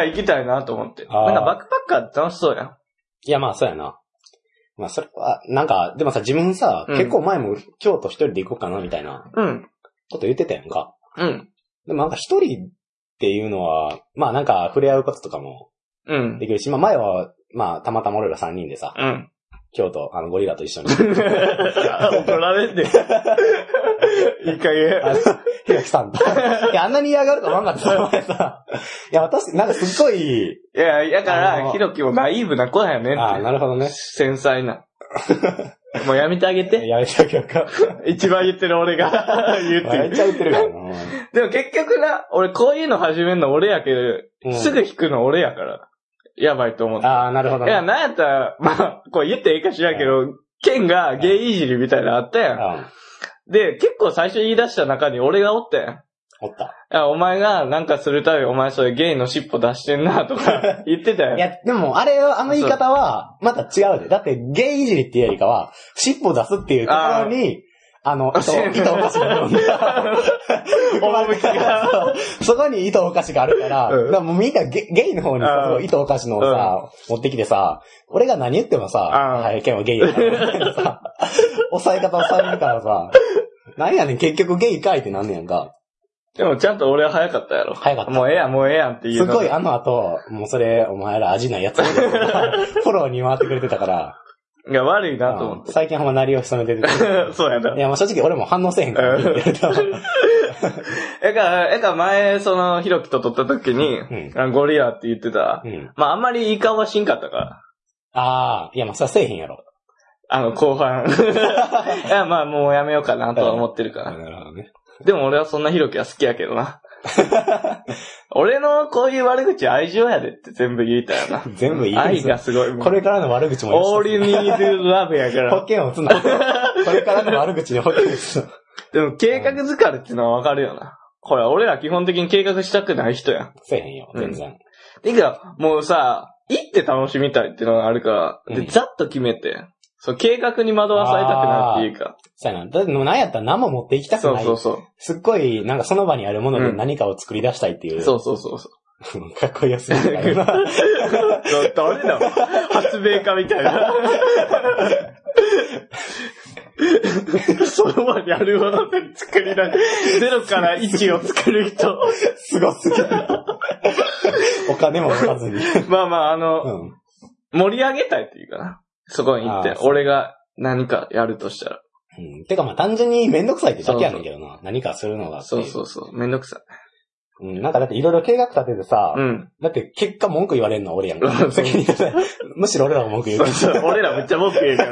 行きたいなと思って。なんかバックパッカーって楽しそうやん。 いや、まあそうやな。まあそれは、なんか、でもさ、自分さ、うん、結構前も京都一人で行こうかな、みたいな。 うん。 こと言ってたやんか。 うん。 でもなんか一人っていうのは、まあなんか触れ合うこととかもできるし、うん、まあ前は、まあたまたま俺ら三人でさ、 うん、 京都、あのゴリラと一緒に。 怒られんで。いい加減。 あの、ひろきさんと。いや、あんなに嫌がると思わなかったさ、お前さ。いや、私、なんかすっごい。いや、だから、ひろきもナイーブな子だよねって。 ああ、なるほどね。 繊細な。もうやめてあげて。 やめてあげようか。 一番言ってる俺が言ってる。 めっちゃ言ってるからな。 でも結局な、俺こういうの始めるの俺やけど、うん、すぐ引くの俺やから。やばいと思って。 ああ、なるほど、ね。 いや、なんやったら、まあ、こう言っていいか知らんけど、ケンがゲイいじりみたいなのあったやん。 うん、 で、結構最初言い出した中に俺がおったやん。 おった。いや、お前がなんかするたびお前それゲイの尻尾出してんなとか言ってたやん。 いや、でもあれは、あの言い方は、また違うで。だってゲイいじりっていうよりかは、尻尾出すっていうところに、あの、糸、糸おかしがあるんだ。 趣が。 そこに糸おかしがあるから、うん、だからもうみんなゲゲイの方にさ、糸おかしのをさ、うん、持ってきてさ、俺が何言ってもさ、はい、ケンはゲイやから、みたいなさ、抑え方をされるからさ、何やねん、結局ゲイかいってなんねやんか。 でもちゃんと俺は早かったやろ。 早かった。 もうええやん、もうええやんって言うすごいあの後、もうそれ、お前ら味ないやつフォローに回ってくれてたから、 いや、悪いなと思って。 最近ほんま鳴りを潜めてて。 そうやな。 いや、まあ正直俺も反応せえへんから。えか、えか前、その、ひろきと撮った時に、うん、ゴリラって言ってた。うん、まああんまりいい顔はしんかったから。 ああ、いやまあそれはせえへんやろ。 あの、後半。いや、まあもうやめようかなとは思ってるから。 なるほどね。 でも俺はそんなひろきは好きやけどな。 俺のこういう悪口愛情やでって全部言いたいよな。 全部言いたい。 愛がすごい。 これからの悪口も言いたい。All you need is love やから。 保険をつな。これからの悪口に保険をつな。 でも計画疲れっていうのはわかるよな。ほら、俺ら基本的に計画したくない人やん。 せえへんよ、全然。 てか、もうさ、行って楽しみたいっていうのがあるから、で、ざっと決めて、そう、計画に惑わされたくないっていうか。 そうやな。だってもう何やったら何も持っていきたくない。 そうそうそう。 すっごい、なんかその場にあるもので何かを作り出したいっていう。 うん、そうそうそうそう。 かっこよすぎるからな。 誰だろ発明家みたいな。その場にあるもので作り出す。ゼロからいちを作る人。 すごすぎる。お金も持たずに。 まあまあ、あの、うん、盛り上げたいっていうかな。そこに行って、俺が何かやるとしたら。 うん。てかまあ単純にめんどくさいってだけやねんけどな。そうそう何かするのが。 そうそうそう。めんどくさい。うん。なんかだっていろいろ計画立ててさ、うん。だって結果文句言われんのは俺やんか。責任じゃない。むしろ俺らが文句言う。 そうそう。俺らめっちゃ文句言うから。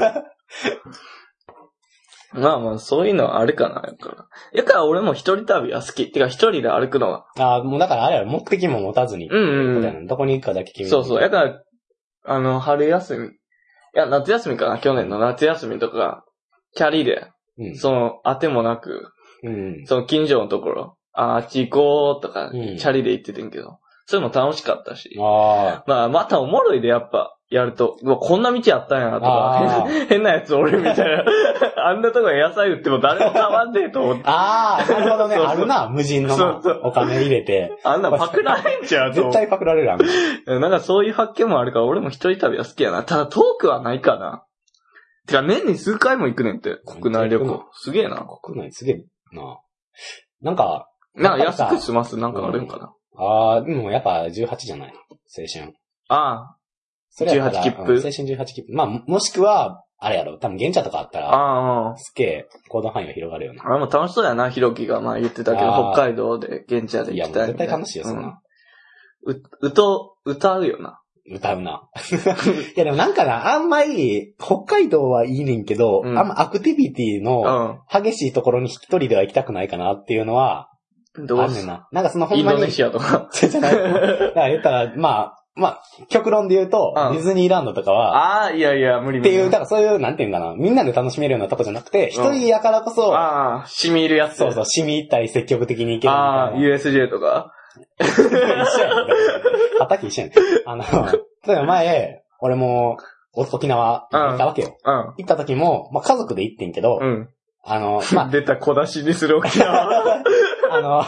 まあまあ、そういうのはあるかな、やから。やから俺も一人旅は好き。てか一人で歩くのは。 ああ、もうだからあれは目的も持たずに。 うんうんうん。 どこに行くかだけ決めて。 そうそう。やから、あの、春休み。いや、夏休みかな、去年の夏休みとか、キャリで、うん、その、当てもなく、うん、その近所のところ、あ、あっち行こうとか、うん、チャリで行っててんけど、それも楽しかったし。あまあ、またおもろいでやっぱ、やると、うわ、こんな道あったんやなとか、変なやつ俺みたいな。あんなとこに野菜売っても誰も買わんねえと思って。 ああ、なるほどね。そうそうあるな、無人のそうそうお金入れて。 あんなパクられんちゃうと。 絶対パクられるあんな。なんかそういう発見もあるから、俺も一人旅は好きやな。ただ遠くはないかな。てか年に数回も行くねんって、国内旅行。すげえな。 国内すげえな。なんか、 なんか安く済ますなんかあるんかな。 うん、ああ、でもやっぱじゅうはちじゃない青春。 ああ。それじゅうはち切符、うん、 青春じゅうはち切符。まあ、もしくは、あれやろ、多分、現茶とかあったら、ああ。すっげえ、行動範囲が広がるよね。 あれも楽しそうやな、ひろきがまあ言ってたけど、北海道で現茶で行きたい。いや、もう絶対楽しいよ、そんな。 うん、う、歌、歌うよな。 歌うな。いや、でもなんかな、あんまり、北海道はいいねんけど、うん、あんまアクティビティの激しいところに一人では行きたくないかなっていうのは、 どうあんねんな。なんかそのほんまに。 インドネシアとか。 じゃない。だから言ったら、まあ、まあ、極論で言うと、うん、ディズニーランドとかは、 ああ、いやいや、無理無理。 っていう、だからそういう、なんていうんかな、みんなで楽しめるようなとこじゃなくて、一、うん、人やからこそ、 ああ、染み入るやつ。 そうそう、染み入ったり積極的に行けるみたいな。 ああ、ユーエスジェー とか一緒やん。畑一緒やん。あの、例えば前、俺も、沖縄行ったわけよ。うん。行った時も、まあ家族で行ってんけど、うん。あの、まあ。 出た小出しにする沖縄。 あの、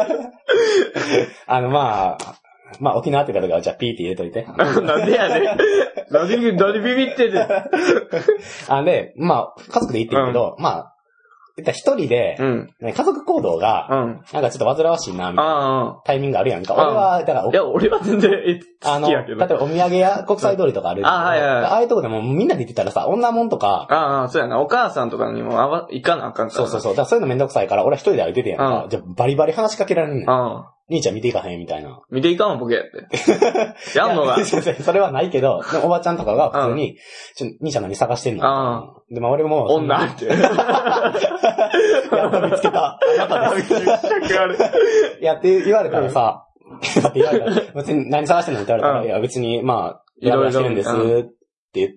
あの、まあ、まあ沖縄って方がじゃあピーって入れといて。 なんでやねん。何で、何ビビってんねん。 あで、まあ、家族で行ってんけど、うん、まあ、一人で、うん、家族行動が、うん、なんかちょっと煩わしいな、みたいなタイミングあるやんか。俺は、だから、 いや、俺は全然好きやけど。 例えばお土産屋、国際通りとかあるやん。あ、はいはい。ああいうとこでもみんなで行ってたらさ、女もんとか。 ああ、そうやな。お母さんとかにもあわ行かなあかんから。 そうそうそう。だからそういうのめんどくさいから、俺は一人で歩いててやんか。じゃあバリバリ話しかけられんねん。兄ちゃん見ていかへんみたいな。 見ていかんわ、ボケやって。やんのが。 それはないけど、おばちゃんとかが普通に、ちょ、兄ちゃん何探してんので、まあ俺も。 女って。やっと見つけた。あなたです。いやって言われたらさ、って言われたら、別に何探してんのって言われたら、いや別に、まあ、いろいろしてるんですって言って、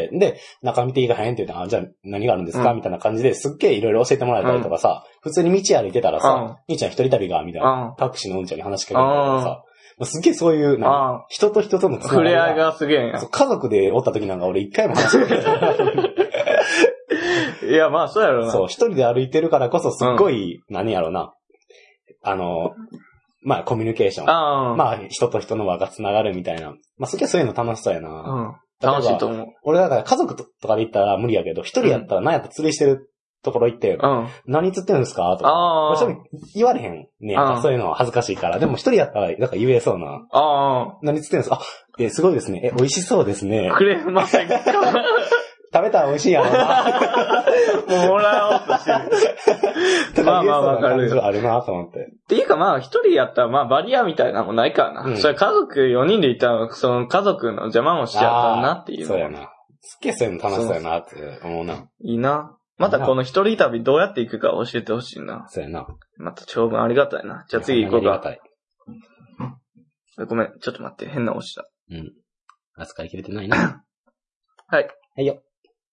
で、中見ていかへんって言って、あ、じゃあ何があるんですかみたいな感じですっげえいろいろ教えてもらえたりとかさ、普通に道歩いてたらさ、兄ちゃん一人旅が、みたいな、タクシーのうんちゃんに話しかけてたらさ、すっげえそういう、人と人との触れ合いがすげえや。 家族でおった時なんか俺一回も話しかけてない。 いや、まあそうやろな。 そう、一人で歩いてるからこそすっごい、うん、何やろな。あの、まあコミュニケーション。あまあ人と人の輪が繋がるみたいな。まあすげえそういうの楽しそうやな。うん。 楽しいと思う。 俺だから家族とかで行ったら無理やけど、一人やったら何やったら釣りしてるところ行って、うん、何釣ってるんですかとか。ああ。言われへんねやんか。そういうのは恥ずかしいから。でも一人やったら、なんか言えそうな。ああ。何釣ってるんですかあ、え、すごいですね。え、美味しそうですね。 くれませんか食べたら美味しいやろな。 もうもらおうとしてる。まあまあわかる。 あるなと思って。 っていうかまあ一人やったらまあバリアみたいなのもないからな。うん、それ家族よにんでいたらその家族の邪魔もしちゃったなっていう。 そうやな。すっげえそういうの楽しそうやなって思うな。 いいな。 またこの一人旅どうやって行くか教えてほしいな。 そうやな。 また長文ありがたいな。じゃあ次行こうか。ありがたい。ごめん、ちょっと待って、変な押した。 うん。扱い切れてないな。 はい。 はいよ。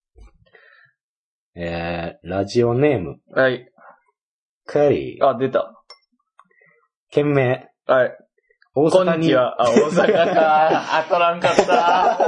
えー、ラジオネーム。 はい。 カリー。 あ、出た。 件名。 はい。 大阪に。こんにちは。 あ、大阪か。当たらんかった。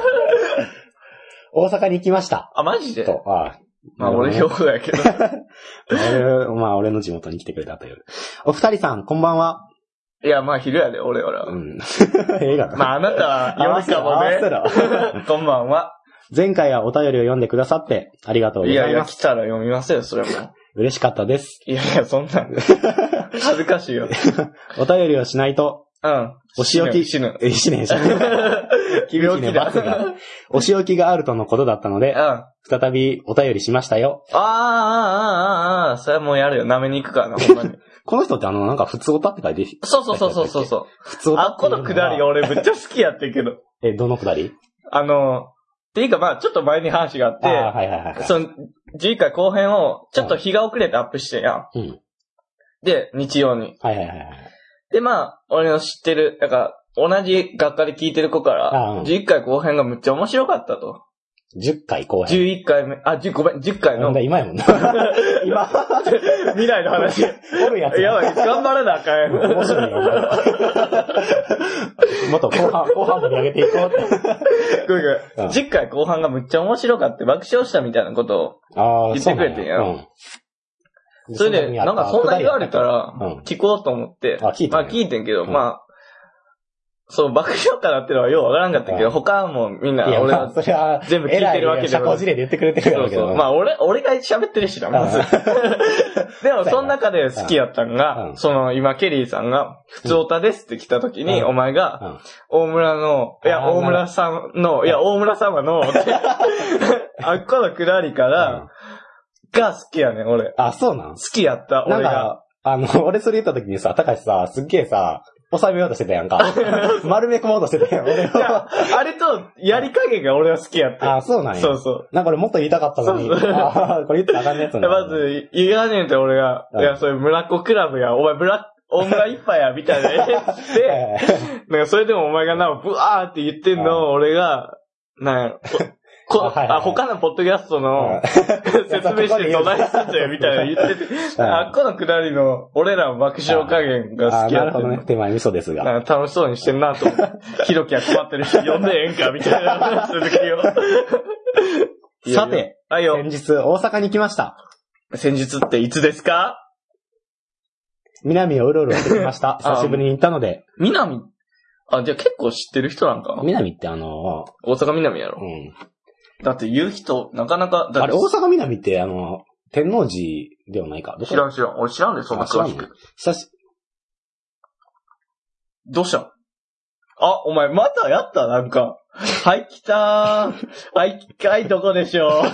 大阪に行きました。 あ、マジでと、ああ。 まあ、俺兵庫やけど。 俺、まあ、俺の地元に来てくれたという。お二人さん、こんばんは。 いや、まあ、昼やで、俺は。 うん。映画まあ、あなたは夜かもね。こんばんは。 前回はお便りを読んでくださって、ありがとうございます。いやいや、 来たら読みますよ、それも。 嬉しかったです。 いやいや、そんな。恥ずかしいよ。 お便りをしないと、 うん。 お仕置き、 死ぬ。 え、死ね、死ぬ。病気だ。お仕置きがあるとのことだったので、うん。再びお便りしましたよ。 ああ、ああ、ああ、それはもうやるよ。舐めに行くからな、ほんまに。 この人ってあの、なんか、普通歌って書いてそうそうそうそうそう。普通歌。あ、このくだりが俺めっちゃ好きやってんけど。 え、どのくだり？ あの、っていうかまあ、ちょっと前に話があって、 あはいはいはい、はい。 その、じゅういっかい後編を、ちょっと日が遅れてアップしてやん。うん。で、日曜に。 はいはいはい。 で、まあ、俺の知ってる、なんか、同じ学科で聞いてる子から、うん、じゅういっかい後編がむっちゃ面白かったと。 じゅっかい後編。 じゅういっかいめ、あ、じゅう、ごめん、じゅっかいの。 今やもんな。今。 未来の話。 おるやつ。 やばい、頑張らなあかん。 面白いよ。もっと後半、後半盛り上げていこうって。 ごめんごめん。じゅっかい後半がむっちゃ面白かって爆笑したみたいなことを言ってくれてんやん。それで、なんかそんな言われたら、聞こうと思って、まあ聞いてんけど、まあ、そう、爆笑かなってのはようわからんかったけど、他もみんな、俺は全部聞いてるわけで。 社交辞令で言ってくれてるわけだ。そうそう。まあ俺、俺が喋ってるしな、まず。でも、その中で好きやったのが、その、今、ケリーさんが、普通オタですって来た時に、お前が、大村の、いや、大村さんの、いや、大村様の、あっこのくだりから、が好きやねん、俺。 あ、そうなん？ 好きやった、俺が。 あの、俺それ言った時にさ、高橋さ、すっげえさ、収めようとしてたやんか。丸め込もうとしてたやん、俺は。 あれと、やり加減が俺は好きやった。 あ、そうなんや。 そうそう。 なんか俺もっと言いたかったのに。そうそう。あこれ言ったらあかんねやつな。 まず、言わねんって俺が、いや、それ村子クラブや、お前村、大村一杯や、みたいな言って、なんかそれでもお前がな、ブワーって言ってんのを俺が、なんや、こあ、はいはい、他のポッドキャストの説明してどないすんだよみたいな言ってて、あっこのくだりの俺らの爆笑加減が好きやって。 なるほどね。手前味噌ですが。 なんか楽しそうにしてんなと思って。ひろきは困ってる人呼んでええんかみたいな続きを。 さて、 はいよ、 先日大阪に来ました。 先日っていつですか？ 南をうろうろしてきました。久しぶりに行ったので。 南あ、じゃあ結構知ってる人なんか？ 南ってあのー、大阪南やろ。 うん。 だって言う人、なかなか、 あれ、大阪南って、あの、天王寺ではないか？ 知らん知らん。俺知らんで、そんな詳しく。 久し、 どうしたん？あ、お前、またやったなんか。はい、来たー。はい、はい、どこでしょう。も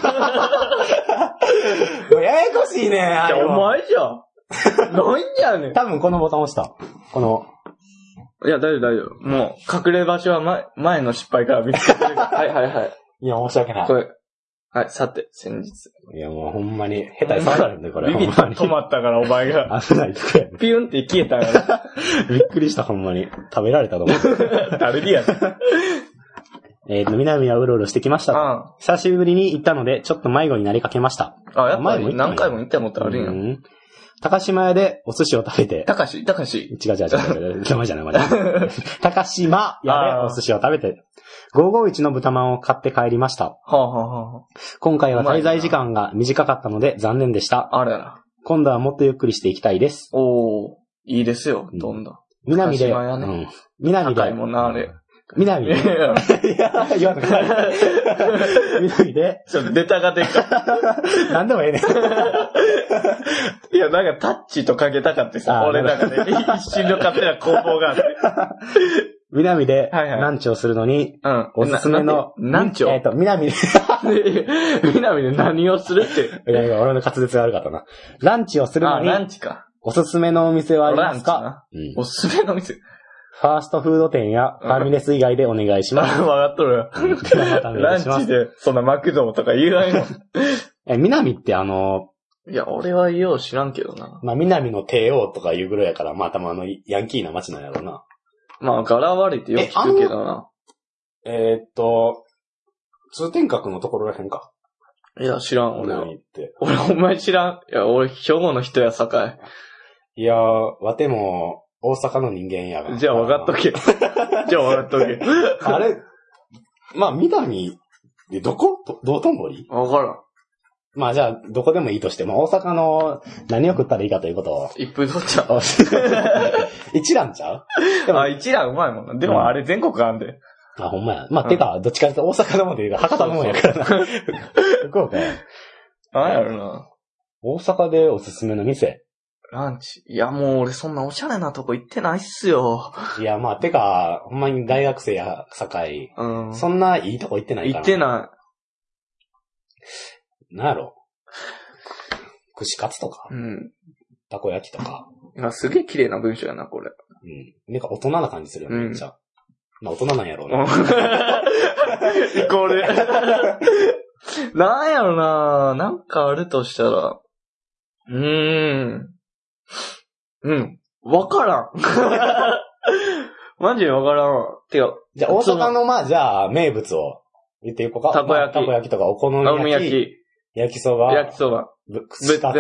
うややこしいね。 じゃあ、お前じゃん。なんやねん。 多分このボタン押した。この。 いや、大丈夫大丈夫。もう、隠れ場所は前、前の失敗から見つけてる。はいはいはい。 いや、申し訳ない。 これ。はい、さて、先日。 いや、もうほんまに、下手に触られるんだよ、これ。 ビビッと止まったから、お前が。 危ない、 ピュンって消えたから。 びっくりした、ほんまに。食べられたと思う。 誰にやねん。 えっと、南はうろうろしてきました。うん。久しぶりに行ったので、ちょっと迷子になりかけました。 あ、やっぱり何回も行ったことあるんや。うん。 高島屋でお寿司を食べて。 高し、高し。 違う違う違う違う。名前じゃない、名前じゃない。高島屋でお寿司を食べて。ごーごーいちの豚まんを買って帰りました。はあはあはあ、 今回は滞在時間が短かったので残念でした。 あれら。 今度はもっとゆっくりしていきたいです。 おー、いいですよ、どんどん。 南で、 ね、 うん。南で。 高いもんな、あれ。 南で。いや、言わなかった。南で。 ちょっとネタがでかい。なんでもええねん。 いや、なんかタッチとかけたかってさ、俺なんかね、一瞬の勝手な攻防があって。 南で、ランチをするのに、 はいはい、 おすすめの、 ランチをえっと、南で、 南で何をするって。 いや、今俺の滑舌が悪かったな。ランチをするのに、 あ、ランチか。 おすすめのお店はありますか？ うん、おすすめのお店。 ファーストフード店やファミレス以外でお願いします。 わかっとるよ。ランチで、そんなマクドとか言うわよ。 え、南ってあの、 いや、俺はよう知らんけどな。 まあ、南の帝王とかいうぐらいやから、まあ、たまあの、ヤンキーな街なんやろうな。 まあ、柄悪いってよく聞くけどな。 えー、っと、通天閣のところらへんか。 いや、知らん、俺は。 南って。 俺、お前知らん。いや、俺、兵庫の人やさかい。いやー、わても、大阪の人間やが。 じゃあ分かっとけ。じゃあ分かっとけ。 あれ、まあ、南、で、どこ道頓堀？ 分からん。 まあ、じゃあ、どこでもいいとしても、大阪の何を食ったらいいかということを。 一風取っちゃう。 一蘭ちゃう？ でも、あ、一蘭うまいもんな。でも、あれ全国あんで。 うん、あ、ほんまや。まあ、てか、どっちかって大阪のもんで言うと博多のもんやからな。福岡や。 なんやろな。 大阪でおすすめの店。 ランチ。いや、もう俺そんなおしゃれなとこ行ってないっすよ。 いや、まあ、てか、ほんまに大学生や堺。うん。そんないいとこ行ってないから。 行ってない。 なんやろ。串カツとか。 うん。 たこ焼きとか。 いや、すげえ綺麗な文章やな、これ。 うん。なんか大人な感じするよね、めっちゃ。まあ、大人なんやろうな。 イコール。なんやろな、なんかあるとしたら。うーん。うん。わからん。マジでわからん。てか。 じゃあ、大阪の、まあ、じゃあ、名物を言っていこうか。 たこ焼き。 たこ焼きとか、お好み焼き。お好み焼き。焼きそば。 焼きそば。 ぶ、串カツ。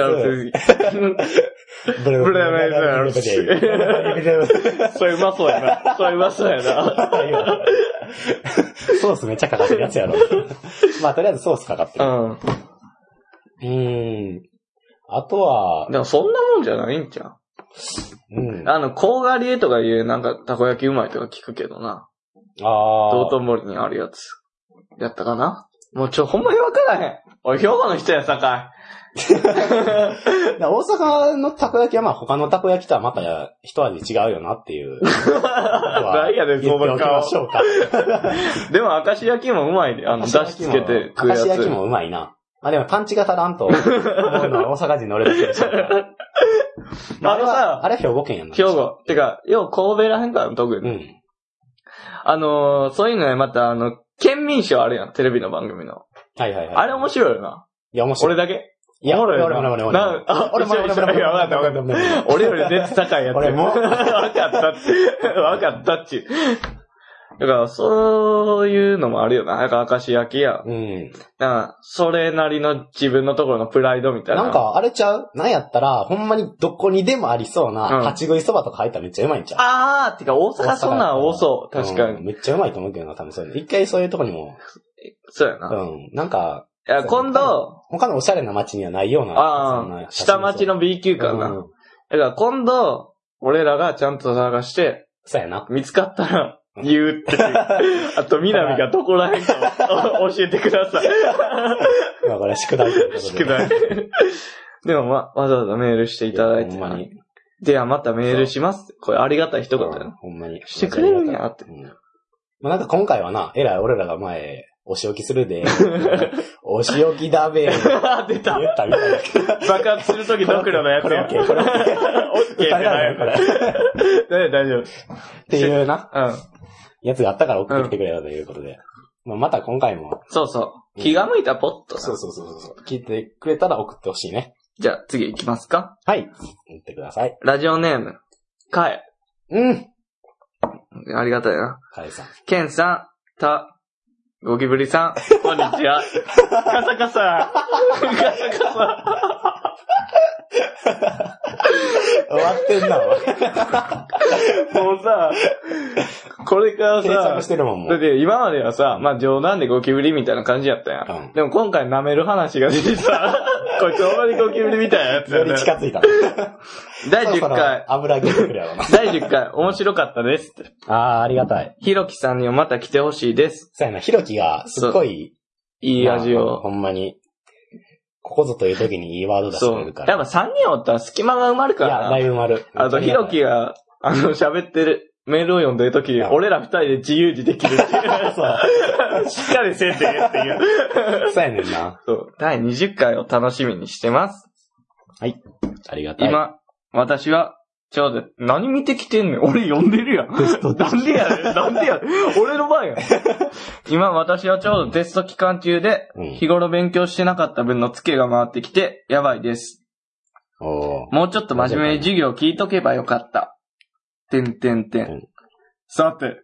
ブレブレメイズ。それうまそうやな。それうまそうやな。 ソースめっちゃかかってるやつやろ。まあ、とりあえずソースかかってる。うん。うーん。あとは。 でもそんなもんじゃないんちゃう？うん。あの、甲賀流とかいうなんかたこ焼きうまいとか聞くけどな。ああ。道頓堀にあるやつ。やったかな？もうちょ、ほんまにわからへん。俺、兵庫の人やさかい。 大阪のたこ焼きはまあ他のたこ焼きとはまた一味違うよなっていう。 何やねん、その顔。でも、明石焼きもうまいで。あの、出汁つけて食うやつ。 明石焼きもうまいな。あ、でもパンチが足らんと思うのは大阪人の俺だけでしょうから。あれは、あれは兵庫県やんな。 兵庫。てか、よう神戸らへんから特に。うん。あのー、そういうのね、またあの、県民賞あるやん、テレビの番組の。 はいはいはい。 あれ面白いよな。 いや、面白い。俺だけいや、俺、俺、俺、俺、俺。 あ、俺も、俺も、俺も、俺も、俺も、俺より熱高いやつ。 俺も。 わかったって。わかったっち。だから、そういうのもあるよな。なんか、明石焼きや。うん。だから、それなりの自分のところのプライドみたいな。 なんか、あれちゃう？なんやったら、ほんまにどこにでもありそうな、立ち食いそばとか入ったらめっちゃうまいんちゃう？ あー、てか、大阪そんなん多そう。確かに。 めっちゃうまいと思うけどな、多分そういうの。一回そういうとこにも。 そうやな。 うん。なんか、 いや、今度、 他のおしゃれな街にはないような。 ああ、下町の ビー級感な。だから今度、俺らがちゃんと探して、 そうやな。 見つかったら、言うっていう。あと、南がどこらへんか教えてください。 今これ宿題ということで。 宿題。でもま、わざわざメールしていただいて。ほんまに。ではまたメールします。これありがたい一言やな。 ほんまに。 してくれるんやって。 まあなんか今回はな、えらい俺らが前、お仕置きするで、お仕置きだべ。 出た。 言ったみたいな。 爆発するときドクロのやつや。オッケー、これ。オッケーってないこれ。大丈夫。 っていうな。うん。やつがあったから送ってきてくれたということで。まあまた今回も。 そうそう。気が向いたらポッと。 そうそうそうそう。聞いてくれたら送ってほしいね。 じゃあ次行きますか。 はい。言ってください。 ラジオネーム、かえ。 うん。 ありがたいな。 かえさん。 けんさん、た、ゴキブリさん、こんにちは。カサカサ。カサカサ。 終わってんな、 もうさ、これからさ、 してるもんもだって今まではさ、まあ冗談でゴキブリみたいな感じやったやん。うん、でも今回舐める話が出てさ、こいつほんまにゴキブリみたいなやつやね。 より近づいた。 だいじゅっかい。 油切ってくれやろな。 だいじゅっかい、面白かったですって。 あー、ありがたい。 ひろきさんにもまた来てほしいです。 そうやな、ひろきがすっごい、 いい味を。 ほんまに。ここぞという時にいいワード出してくれるから。 やっぱさんにんおったら隙間が埋まるからな。 いや、だいぶ埋まる。 あと、ひろきが、あの、喋ってる、メールを読んでる時、俺ら二人で自由にできるっていう。そう。しっかりせんてっていう。 そうやねんな。 そう。だいにじゅっかいを楽しみにしてます。 はい。ありがたい。 今、私は、ちょうど、何見てきてんねん。俺読んでるやん。なんでやねん。なんでやねん。俺の番やん。 今私はちょうどテスト期間中で、日頃勉強してなかった分のツケが回ってきて、やばいです。 おもうちょっと真面目に授業を聞いとけばよかった。てんてんてん。さて。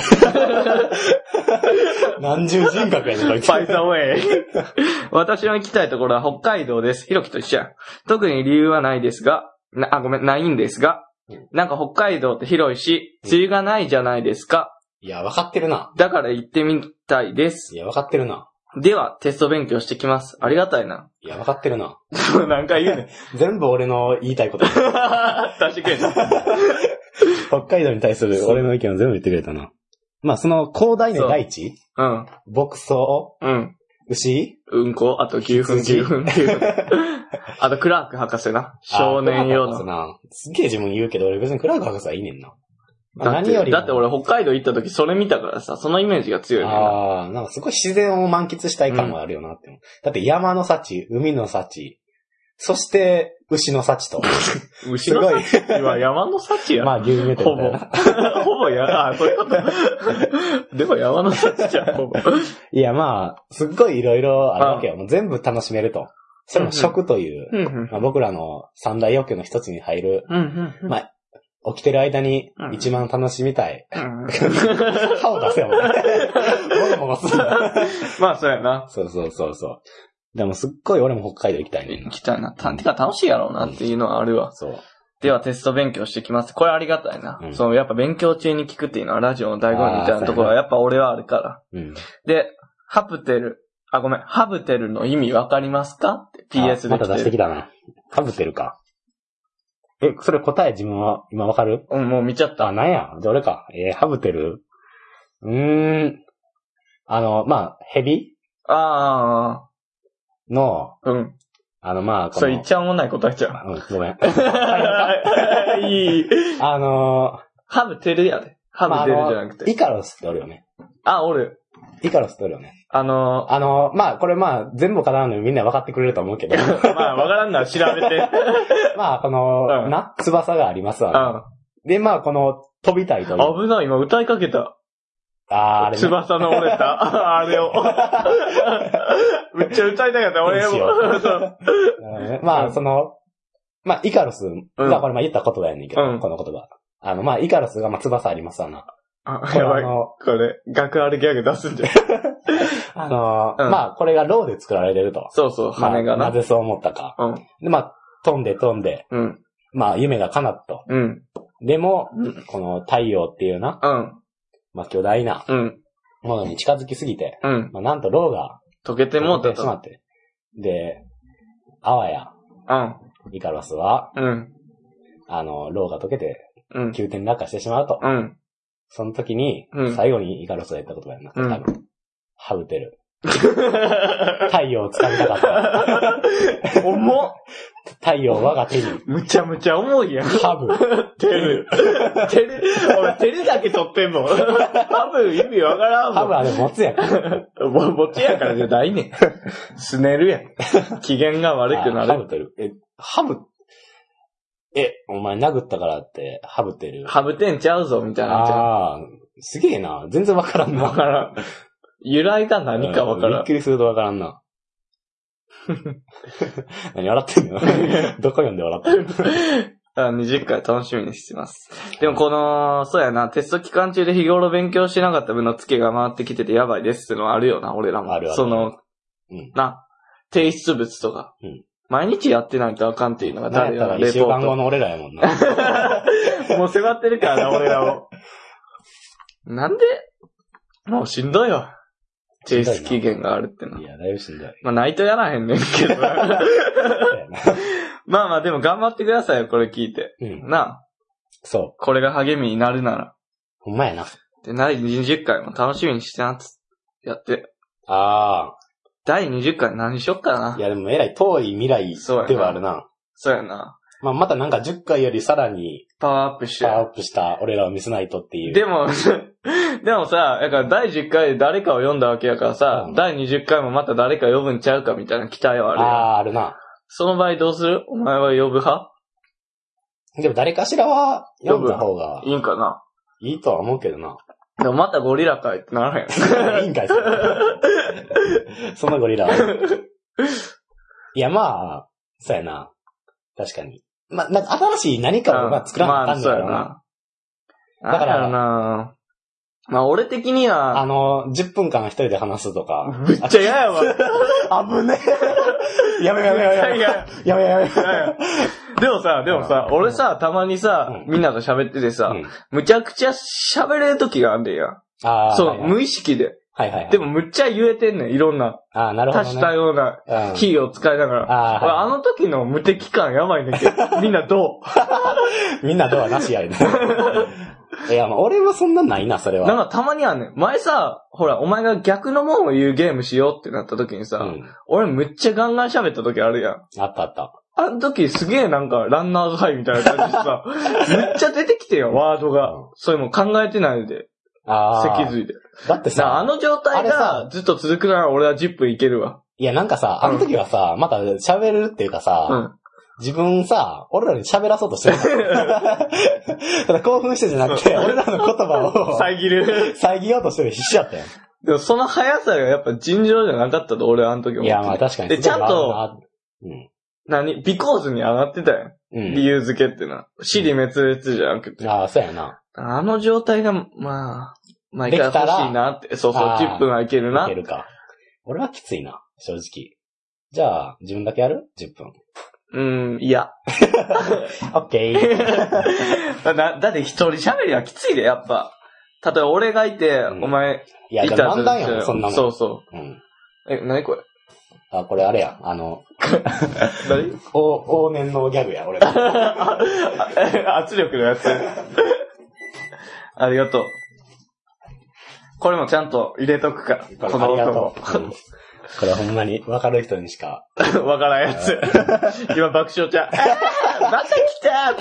何重人格やねん、こいつ。 バイザウェイ。私の行きたいところは北海道です。ひろきと一緒や。特に理由はないですが、な、あ、ごめん、ないんですが、なんか北海道って広いし、梅雨がないじゃないですか。 いや、わかってるな。 だから行ってみたいです。 いや、わかってるな。 では、テスト勉強してきます。ありがたいな。 いや、わかってるな。 何回言うねん。 全部俺の言いたいこと。 確かに。 北海道に対する俺の意見を全部言ってくれたな。まあ、その、広大な大地うん。 牧草うん。 牛うんこあときゅうふん、きゅうふん、きゅうふん。あと、クラーク博士な。少年用の。 な。すっげえ自分言うけど、俺別にクラーク博士はいいねんな。 まあ、何よりだって俺北海道行った時それ見たからさ、そのイメージが強いねんな。 ああ、なんかすごい自然を満喫したい感もあるよなって、うん。だって山の幸、海の幸、そして牛の幸と。 牛の幸は山の幸や。 まあ牛乳とほぼ。ほぼや、あ、そういうこと。でも山の幸じゃん、ほぼ。いやまあ、すっごいいろいろあるわけよ。もう全部楽しめると。それも食という、 うんうんまあ、僕らの三大欲求の一つに入る。 うんうんうん、 まあ起きてる間に一番楽しみたい。うん、歯を出せよ、もごもごすんだ。 まあ、そうやな。 そうそうそうそう。でもすっごい俺も北海道行きたいねんな。 行きたいな。た、てか楽しいやろうなっていうのはあるわ。 うん、そう。 ではテスト勉強してきます。これありがたいな。うん、そのやっぱ勉強中に聞くっていうのはラジオの醍醐味みたいなところはやっぱ俺はあるから。 うん、 で、ハプテル。あ、ごめん。ハブテルの意味わかりますかって ピーエス で来てる。 また出してきたな。ハブテルか。え、それ答え自分は今わかる？ うん、もう見ちゃった。 あ、なんや。じゃあ俺か。えー、ハブテルうーん。あの、まあ、ヘビああ。 の、 うん。 あの、まあ、 それ言っちゃおもんない答えちゃう。 うん、ごめん。 いい。 あのー、 ハブテルやで。ハブテルじゃなくて。 まあ、イカロスっておるよね。 あ、おる。 イカロスっておるよね。 あのー、あのー、まあ、これまあ、全部語らんのにみんな分かってくれると思うけど。 まあ、分からんのは調べて。 まあ、この、うん、な、翼がありますわ、ね。うん。で、まあ、この、飛びたいという。 危ない、今歌いかけた。 あー、あれね。 翼の折れた。あれを。めっちゃ歌いたかった、俺も。 まあ、その、まあ、イカロスがこれまあ言ったことだよねんけど、うん、この言葉。あの、まあ、イカロスがまあ翼ありますわな。 あ、やばい。これ、学あるギャグ出すんじゃん。 あのーうん、まあ、これがローで作られてると。 そうそう、羽がな。 まあ、なぜそう思ったか。 うん。 で、まあ、飛んで飛んで、 うん。 まあ、夢が叶ったと。 うん。 でも、うん、この太陽っていうな。 うん。 まあ、巨大な。 うん。 ものに近づきすぎて。 うん。 まあ、なんとローが。 溶けてもうたと。 溶けてしまって。で、あわや。 うん。 イカロスは。 うん。 あの、ローが溶けて。 うん。 急転落下してしまうと。 うん。 その時に、 うん、 最後にイカロスが言った言葉やな。 うん、 多分。ハブテル。太陽を掴みたかった。 重っ。 太陽我が手に。 むちゃむちゃ重いやん。 ハブ。 テル。テル。俺、テルだけ取ってんの。ハブ意味わからんもん。 ハブはね、持つやから。 持ちやからじゃないねん。すねるやん。機嫌が悪くなる。 ハブテル。え、ハブ、え、お前殴ったからって、ハブテル。 ハブテンちゃうぞ、みたいな。 ああ、すげえな。全然わからんな。 わからん。由来が何かわからん。 びっくりするとわからんな。何笑ってんのどこ読んで笑ってんのにじゅっかい楽しみにしてます。でもこの、そうやな、テスト期間中で日頃勉強しなかった分のツケが回ってきててやばいですってのはあるよな、俺らも。 あるある。 その、うん、な、提出物とか。 うん毎日やってないとあかんっていうのが誰よのレポート。 一週間後の俺らやもんな。 もう迫ってるからな、俺らを。なんでもうしんどいわ。提出期限があるっての。 いや、だいぶしんどい。 まあ、ないとやらへんねんけど。まあまあ、でも頑張ってくださいよ、これ聞いて。 うん、 なあ。 そう。 これが励みになるなら。 ほんまやな。 で、だいにじゅっかいも楽しみにしてな、つやって。 ああ。 だいにじゅっかい何しよっかな。 いやでもえらい遠い未来ではあるな。 そうやな。 まあまたなんかじゅっかいよりさらにパワーアップして。 パワーアップした俺らを見せないとっていう。 でも、でもさ、だからだいじゅっかいで誰かを読んだわけやからさ、うん、だいにじゅっかいもまた誰か呼ぶんちゃうかみたいな期待はあるよ。 ああ、あるな。 その場合どうする？お前は呼ぶ派？ でも誰かしらは読んだ方がいいんかな。 いいとは思うけどな。 でもまたゴリラかいってならへん。 いいんかい、それ。そんなゴリラ。いや、まあ、そうやな。確かに。まあ、なんか新しい何かを作らなあかんねんからな。まあ、そうやな。だから、なまあ、俺的には、 あの、じゅっぷんかん一人で話すとか。 めっちゃ嫌やわ。 危ねえ。やめやめやめやめ。やめやめ。 でもさ、でもさ、俺さ、たまにさ、みんなと喋っててさ、むちゃくちゃ喋れる時があんでんや。ああ。そう、無意識で。はいはい。でもむっちゃ言えてんねん、いろんな。ああ、なるほど。多種多様なキーを使いながら。ああ。あの時の無敵感やばいねんけど、みんなどうみんなどうはなしやいね。いや、まあ、俺はそんなないな、それは。 なんかたまにあんねん。前さ、ほら、お前が逆のもんを言うゲームしようってなった時にさ、うん、俺むっちゃガンガン喋った時あるやん。 あったあった。 あの時すげえなんかランナーズハイみたいな感じでさ、めっちゃ出てきてよ、ワードが。うん、それも考えてないで。ああ。脊髄で。 だってさ、 あの状態がずっと続くなら俺はじゅっぷんいけるわ。 いや、なんかさ、あの時はさ、うん、また喋れるっていうかさ、うん自分さ、俺らに喋らそうとしてる。ただ興奮してじゃなくて、俺らの言葉を遮る。 遮ようとしてる必死だったよ。 でもその速さがやっぱ尋常じゃなかったと俺はあの時思って。 いや、まあ確かに。 で、ちゃんと、うん、何ビコーズに上がってたよ。うん、理由付けってな。死に滅裂じゃなくて。 ああ、そうやな。 あの状態が、まあ、毎回欲しいなって。そうそう、じゅっぷんはいけるな。 いけるか。俺はきついな、正直。じゃあ、自分だけやる ?じゅっぷん。 うーん、いや。 オッケー。だ、だって一人喋りはきついで、やっぱ。例えば俺がいて、うん、お前、 いや、いたら漫談やん、そんなもん。 そうそう。うん、え、なにこれあ、これあれや、あの、 何お、往年のギャグや、俺。 圧力のやつ。ありがとう。これもちゃんと入れとくから、この音も。 これほんまに分かる人にしか。 分からんやつ。今爆笑ちゃう。また来た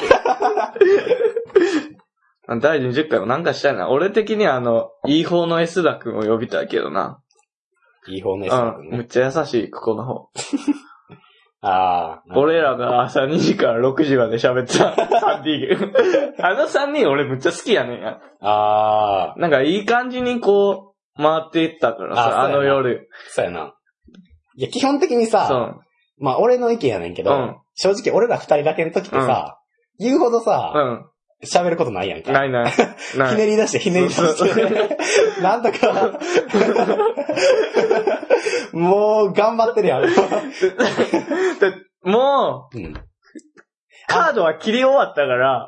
ってだいにじゅっかいもなんかしたいな。俺的にはあの、いい方の S 田くんを呼びたいけどな。 いい方の S 田くんね。 うん。めっちゃ優しい、ここの方。 ああ。 俺らが朝にじからろくじまで喋ってたさんにん。あのさんにん俺めっちゃ好きやねんや。ああ。なんかいい感じにこう、回っていったからさ、あ, あの夜。 そうやな。いや、基本的にさ、まあ俺の意見やねんけど、うん、正直俺ら二人だけの時ってさ、うん、言うほどさ、喋、うん、ることないやんか。 ないない。 ないひねり出してひねり出して、なんとか、もう頑張ってるやん。 もう、うん、カードは切り終わったから、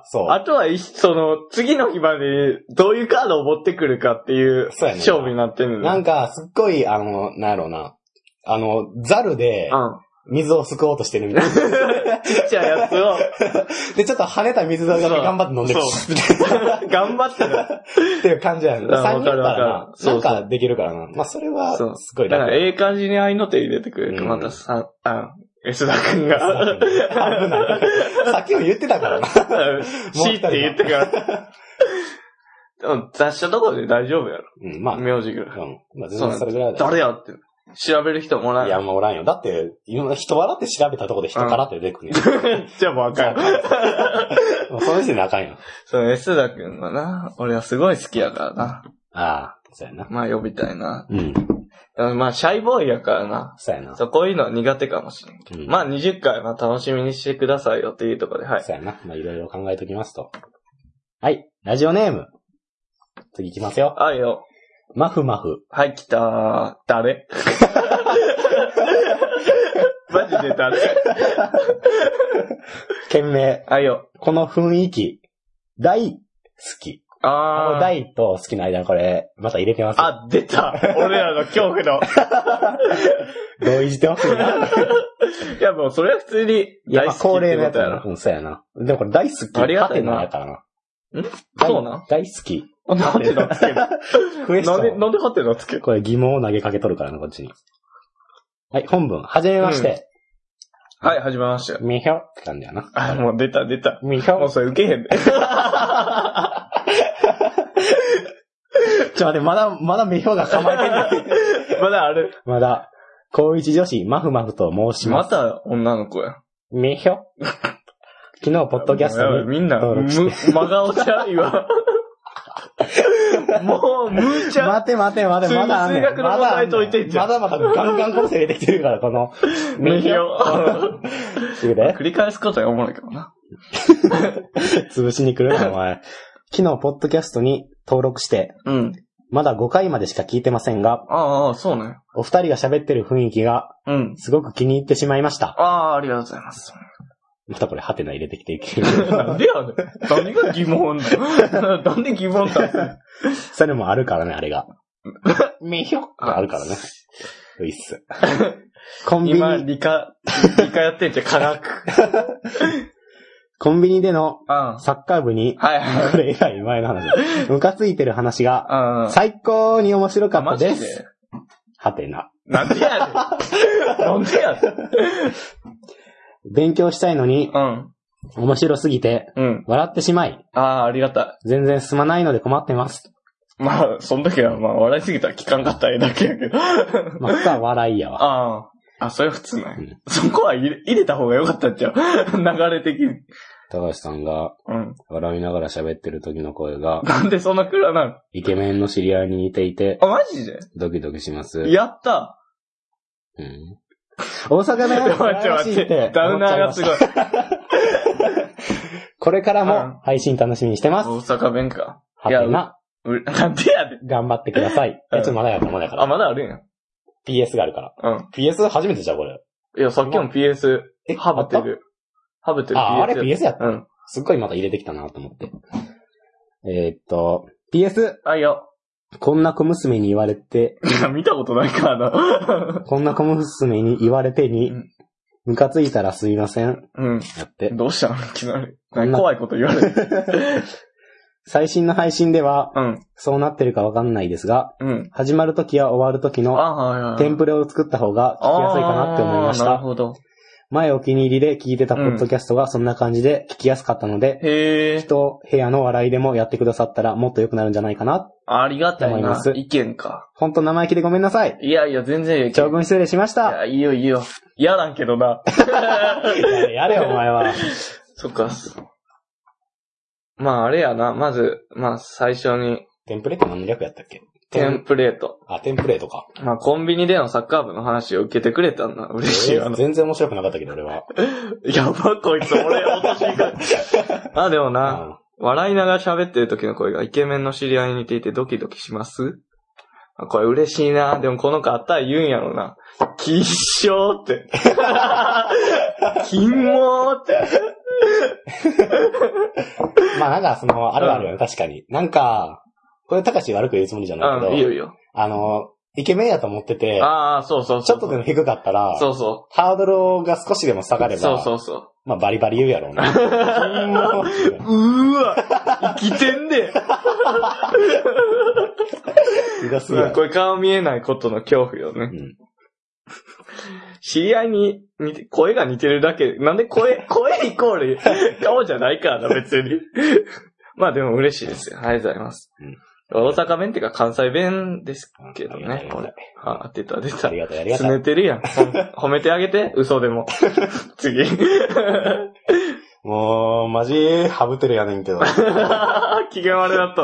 あとはその次の日までどういうカードを持ってくるかっていう勝負になってるの、ね。 なんかすっごい、あの、なんやろうな。あの、ザルで、水をすくおうとしてるみたいな。 ちっちゃいやつを。 で、ちょっと跳ねた水だけ頑張って飲んでる。 頑張ってる。 っていう感じやね。さんにんだったらな、なんかできるからな。まあ、それは、すごいだから、ええ感じに合いの手入れてくれる。またさ、あ、S田くんが。 危ない。さっきも言ってたからな。 しって言ってから。でも、雑誌のところで大丈夫やろ。 うん、まあ。 名字ぐらい。 うん。まあ、全然それぐらいだ。 誰やって。調べる人もおらん。 いや、もうおらんよ。だって、人笑って調べたところで人からって出てくるね。 じゃあもうあかん。 もうその時点であかんよ。 そう、S田くんはな、俺はすごい好きやからな。 ああ、そうやな。 まあ呼びたいな。うん。まあ、シャイボーイやからな。 そうやな。 そう、こういうのは苦手かもしれんけど。うん、まあ、にじゅっかいは楽しみにしてくださいよっていうところで、はい。 そうやな。まあ、いろいろ考えときますと。はい。ラジオネーム。次行きますよ。 はいよ。 マフマフ。 はい、来たー。誰マジで誰件名。 はいよ。 この雰囲気、大好き。ああ。大と好きの間にこれ、また入れてます。 あ、出た。俺らの恐怖の。 同意してますね。 いや、もうそれは普通に大好きってことやな。恒例のやつやな。 うん、そうやな。でもこれ大好き。 ありがたいな。 やからな。 んそうな大好き。 なんでなつけるなんで、なんでハテナつけるこれ疑問を投げかけとるからな、こっちに。はい、本文。はじめまして。 うん、はい、はじめまして。 みひょって感じやな。 あ、もう出た出た。 みひょ。 もうそれ受けへんで。ちょっと待って、まだ、まだみひょが構えてんだ。 まだある。 まだ。高一女子、マフマフと申します。 また女の子や。 みひょ。昨日、ポッドキャストに。 みんな、む、真顔ちゃう今。 もう、むーちゃん。 待て待て待て、まだあんねん。 数学の問題解いてんじゃん。 まだまだガンガン構成入れてきてるから、この、 メヒョ。 繰り返すことは思わないけどな。 潰しに来るな、お前。昨日、ポッドキャストに登録して、うん。まだごかいまでしか聞いてませんが、 ああ、そうね。 お二人が喋ってる雰囲気が、うん。すごく気に入ってしまいました。 ああ、ありがとうございます。 またこれ、ハテナ入れてきていける。 なんでやねん。何が疑問だなんで疑問だそれもあるからね、あれが。メヒョがあるからね。ういっす。 コンビニ。今、理科、理科やってんじゃん、科学。 コンビニでのサッカー部に、はいはい、これ以来前の話。ムカついてる話が、最高に面白かったです。はてな。 なんでやねん。なんでやねん。 勉強したいのに、うん、面白すぎて、うん、笑ってしまい。 ああ、ありがたい。全然進まないので困ってます。 まあ、その時は、まあ、笑いすぎたら聞かんかったらええだけやけど。 まあ、普段笑いやわ。 ああ。あ、それは普通ない。うん、そこは入れ、入れた方がよかったんちゃう流れ的に。 高橋さんが、うん。笑いながら喋ってる時の声が、 なんでそんな暗なの？ イケメンの知り合いに似ていて、 あ、マジで？ ドキドキします。 やったうん。大阪弁待って待って。ダウナーがすごい。 これからも配信楽しみにしてます。 大阪弁か。 はてな。 なんでやで。 頑張ってください。え、ちょっとまだやったまだやから。 あ、まだあるんや。 ピーエス があるから。うん。ピーエス 初めてじゃん、これ。 いや、さっきも ピーエス、え、ハブってる。ハブってる ピーエス。 あ、あれ ピーエス やった。うん。すっごいまた入れてきたなと思って。えー、っと、ピーエス。 あ、いよ。 こんな小娘に言われて。 見たことないからな。 こんな小娘に言われてに、ムカついたらすいません。うん。やって。 どうしたのいきなり。怖いこと言われる。 最新の配信では、うん、そうなってるかわかんないですが、うん、始まるときや終わるときのテンプレを作った方が聞きやすいかなって思いました。 なるほど。 前お気に入りで聞いてたポッドキャストがそんな感じで聞きやすかったので、うん、人部屋の笑いでもやってくださったらもっと良くなるんじゃないかな。 ありがたいな。意見か。 ほんと生意気でごめんなさい。 いやいや、全然いい。 長文失礼しました。 いや、いいよいいよ。嫌なんけどな。 や, やれよ、お前は。 そっか。まあ、あれやな。まず、まあ、最初に。 テンプレって何の略やったっけ？ テンプレート。 あ、テンプレートか。 まあ、コンビニでのサッカー部の話を受けてくれたんだ。嬉しいわ、 えー。全然面白くなかったけど、俺は。 やば、こいつ、俺、落としいか。あ、でもな、うん、笑いながら喋ってる時の声がイケメンの知り合いに似ていてドキドキします？あ、これ嬉しいな。でもこの子あったら言うんやろな。きっしょーって。きんもーって。 まあなんかその、あるあるよね、うん、確かに。なんか、これ、高し悪く言うつもりじゃないけど、 うん、いいよいいよ。 あの、イケメンやと思ってて、 ああ、そうそうそう。 ちょっとでも低かったら、 そうそう。 ハードルが少しでも下がれば、 そうそうそう。 まあバリバリ言うやろうな。うーわ、生きてんで。これ顔見えないことの恐怖よね。うん、知り合いに似て、声が似てるだけ、なんで声、声イコール顔じゃないからな、別に。まあでも嬉しいですよ。ありがとうございます。うん、大阪弁っていうか関西弁ですけどね、これ。あ、出た出た。 ありがとう、ありがとう。 拗ねてるやん。褒めてあげて、嘘でも。次。 もう、マジ、ハブてるやねんけど。 機嫌悪だった。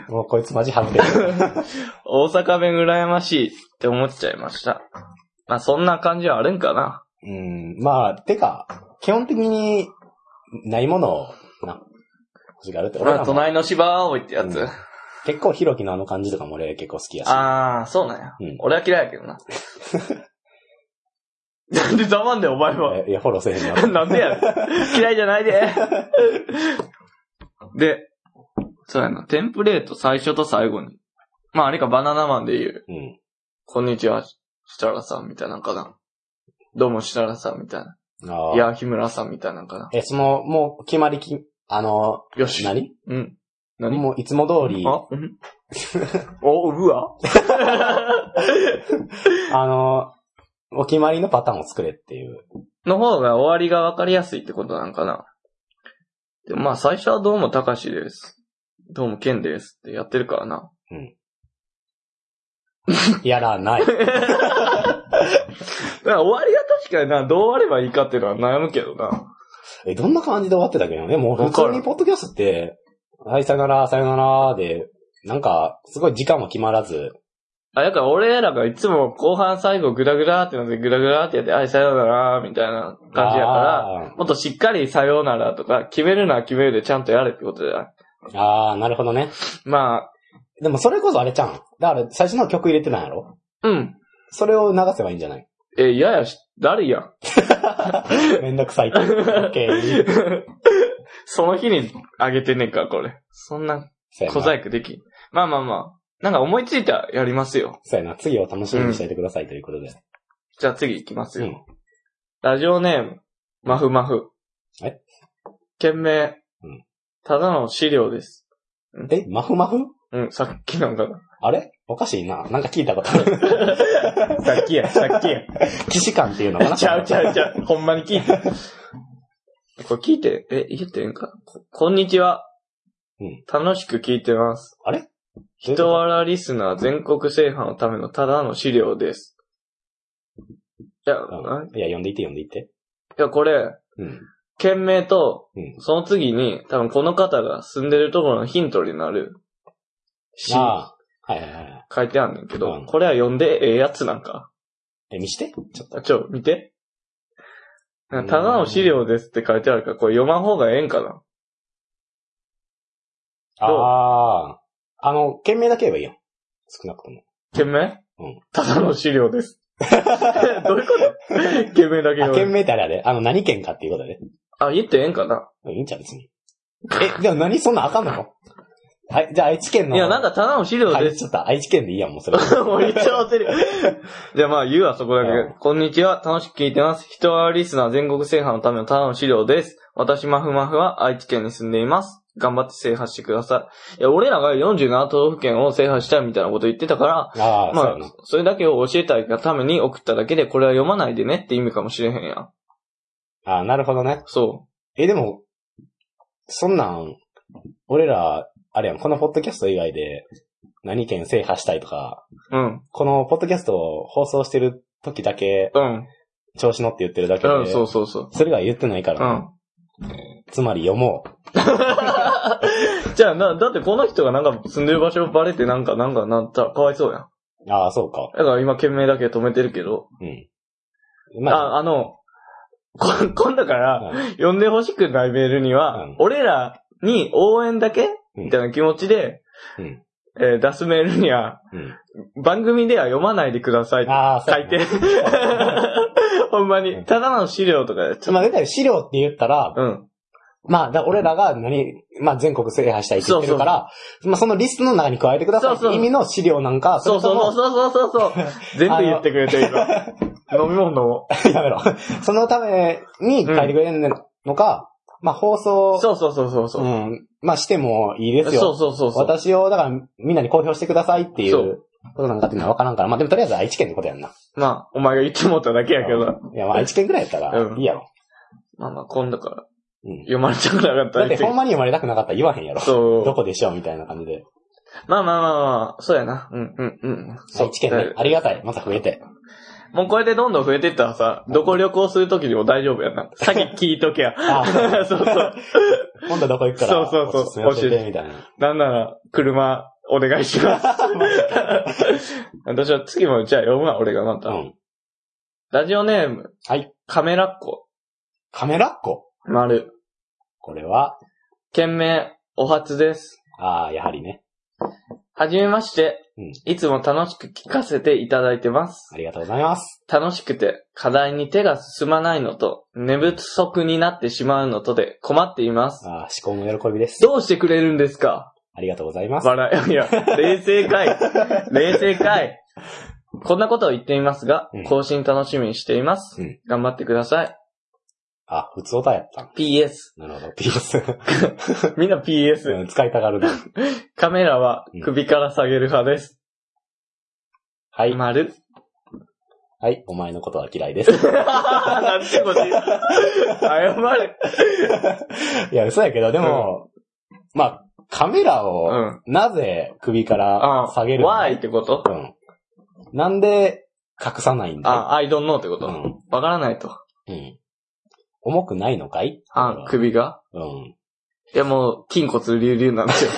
もうこいつマジハブてる。 大阪弁羨ましいって思っちゃいました。まあそんな感じはあるんかな。 うん、まあ、てか、基本的にないものを、な。があるって俺は隣の芝青いってやつ、うん、 結構ヒロキのあの感じとかも俺結構好きやし。 ああ、そうなんや、うん、俺は嫌いやけどな。なんで黙んでお前は。 いや、フォローせへんやなんでや嫌いじゃないで。で、そうやな、テンプレート最初と最後に。まああれかバナナマンで言う。うん、こんにちは、設楽さんみたいなのかな。どうも設楽さんみたいな。ああ。いや、日村さんみたいなのかな。 え、その、もう決まりき、あの、 よし。 何？ うん。何？ もういつも通り。 あ？うん。お、うわ。 あの、お決まりのパターンを作れっていう。 の方が終わりがわかりやすいってことなんかな。でもまあ最初はどうもたかしです。どうもけんですってやってるからな。うん。 やらない。 だから終わりが確かにな、どうあればいいかっていうのは悩むけどな。 え、どんな感じで終わってたっけな。でも普通にポッドキャストって、 はい、さよなら、さよならで、なんか、すごい時間も決まらず。 あ、だから俺らがいつも後半最後グラグラってなってグラグラってやって、はい、さよなら、みたいな感じやから、もっとしっかりさよならとか、決めるのは決めるでちゃんとやれってことじゃない。 あー、なるほどね。 まあ。 でもそれこそあれちゃん。だから最初の曲入れてないやろ？ うん。 それを流せばいいんじゃない？ え、いややし、誰やん。 めんどくさいって。オッケー。 その日にあげてねえか、これ。そんな小細工できん。まあまあまあ。なんか思いついたらやりますよ。 そうやな。次を楽しみにしていてくださいということで。うん、 じゃあ次行きますよ。うん、ラジオネーム、マフマフ。 え？ 件名、うん、ただの資料です。 え、マフマフ？ うん、さっきなんかな。 あれおかしいな。なんか聞いたことある。 さっきや、さっきや。 騎士官っていうのかな？ ちゃうちゃうちゃう。ほんまに聞いて。これ聞いて、え、言ってんかこ、こんにちは。うん。楽しく聞いてます。 あれ人笑リスナー全国制覇のためのただの資料です。いや、 うん、いや、読んでいって読んでいって。 いや、これ、うん。件名と、うん、その次に、多分この方が住んでるところのヒントになる。 し、ああ、はいはいはい。 書いてあるんだけど、うん、これは読んでええやつなんか。 え、見してちょっと。 ちょ、見て。ただの資料ですって書いてあるから、これ読まん方がええんかな。 ああ。あの、件名だけ言えばいいやん。少なくとも。 件名？うん。ただの資料です。どういうこと件名だけ言えばいい。 件名ってあれあれあの、何件かっていうことで。 あ、言ってええんかな。 いいんちゃう別に。え、でも何そんなあかんの？はい、じゃあ愛知県の。 いや、なんかただの資料です。 はい、ちょっと愛知県でいいやん、もうそれ。 もう言っちゃわせる。じゃあまあ言うわ、そこだけ。うん、こんにちは、楽しく聞いてます。人はリスナー全国制覇のためのただの資料です。私、マフマフは愛知県に住んでいます。頑張って制覇してください。いや、俺らがよんじゅうなな都道府県を制覇したいみたいなこと言ってたから、あまあ、それだけを教えたいがために送っただけで、これは読まないでねって意味かもしれへんやん。 ああ、なるほどね。 そう。 え、でも、そんなん、俺ら、あれやん、このポッドキャスト以外で、何県制覇したいとか、 うん。 このポッドキャストを放送してる時だけ、 うん。 調子乗って言ってるだけで、 うん、そうそうそう。 それが言ってないから、うん。つまり読もう。 じゃあな、だってこの人がなんか住んでる場所バレてなんか、なんかなったらかわいそうやん。 ああ、そうか。 だから今件名だけ止めてるけど。 うん。 まあ、あ、あの、こ今度から、うん、読んでほしくないメールには、うん、俺らに応援だけ、うん、みたいな気持ちで、うんえー、出すメールには、うん、番組では読まないでくださいって書いて。ほんまに。ただの資料とかやつ。 まあ、だから資料って言ったら、 うん。 まあ、だ俺らが何、まあ全国制覇したいって言ってるから、そうそうまあそのリストの中に加えてくださいって意味の資料なんか、 そうそうそうそうそうそう。全部言ってくれてる今。飲み物を。 やめろ。そのために書いてくれるのか、うん、まあ放送。 そうそうそうそうそう。 うん。まあしてもいいですよ。 そうそうそうそう。 私を、だからみんなに公表してくださいっていうことなんかっていうのは分からんから。まあでもとりあえず愛知県ってことやんな。 まあ、お前が言ってもっただけやけど。 いや、まあ愛知県ぐらいやったらいいやろ。 うん、まあまあ今度から。うん、読まれたくなかったら。だってほんまに読まれたくなかったら言わへんやろ。そう。どこでしょうみたいな感じで。 まあまあまあまあ、そうやな。うんうんうん。 愛知県ね。ありがたい。また増えて。 もうこれでどんどん増えていったらさ、どこ旅行するときにも大丈夫やな。先聞いとけや。ああそうそう。 今度どこ行くから。 そうそうそう。 教えてみたいな。 なんなら、車、お願いします。私は次もじゃあ読むわ、俺がまた。うん。ラジオネーム。 はい。 カメラッコ。 カメラッコ？ 丸。 これは件名、お初です。 ああ、やはりね。 はじめまして、うん。いつも楽しく聞かせていただいてます。 ありがとうございます。 楽しくて、課題に手が進まないのと、寝不足になってしまうのとで困っています。 ああ、思考の喜びです。 どうしてくれるんですか？ ありがとうございます。 笑い、いや、冷静かい。冷静かい。こんなことを言っていますが、うん、更新楽しみにしています。うん、頑張ってください。 あ、普通歌やった。 ピーエス。 なるほど、ピーエス。 みんな ピーエス。 うん、使いたがるな。 カメラは首から下げる派です。 うん、はい。 丸。 はい、お前のことは嫌いです。 なんてこと言う。謝れ。 いや、嘘やけど、でも、うん、まあ、カメラを、なぜ首から下げるの？ Why ってこと？ うん。なんで隠さないんだい？ あ、I don't know ってこと？うん。わからないと。 うん。重くないのかい？ あ、首が？ うん。 いやもう、筋骨隆々なんですよ。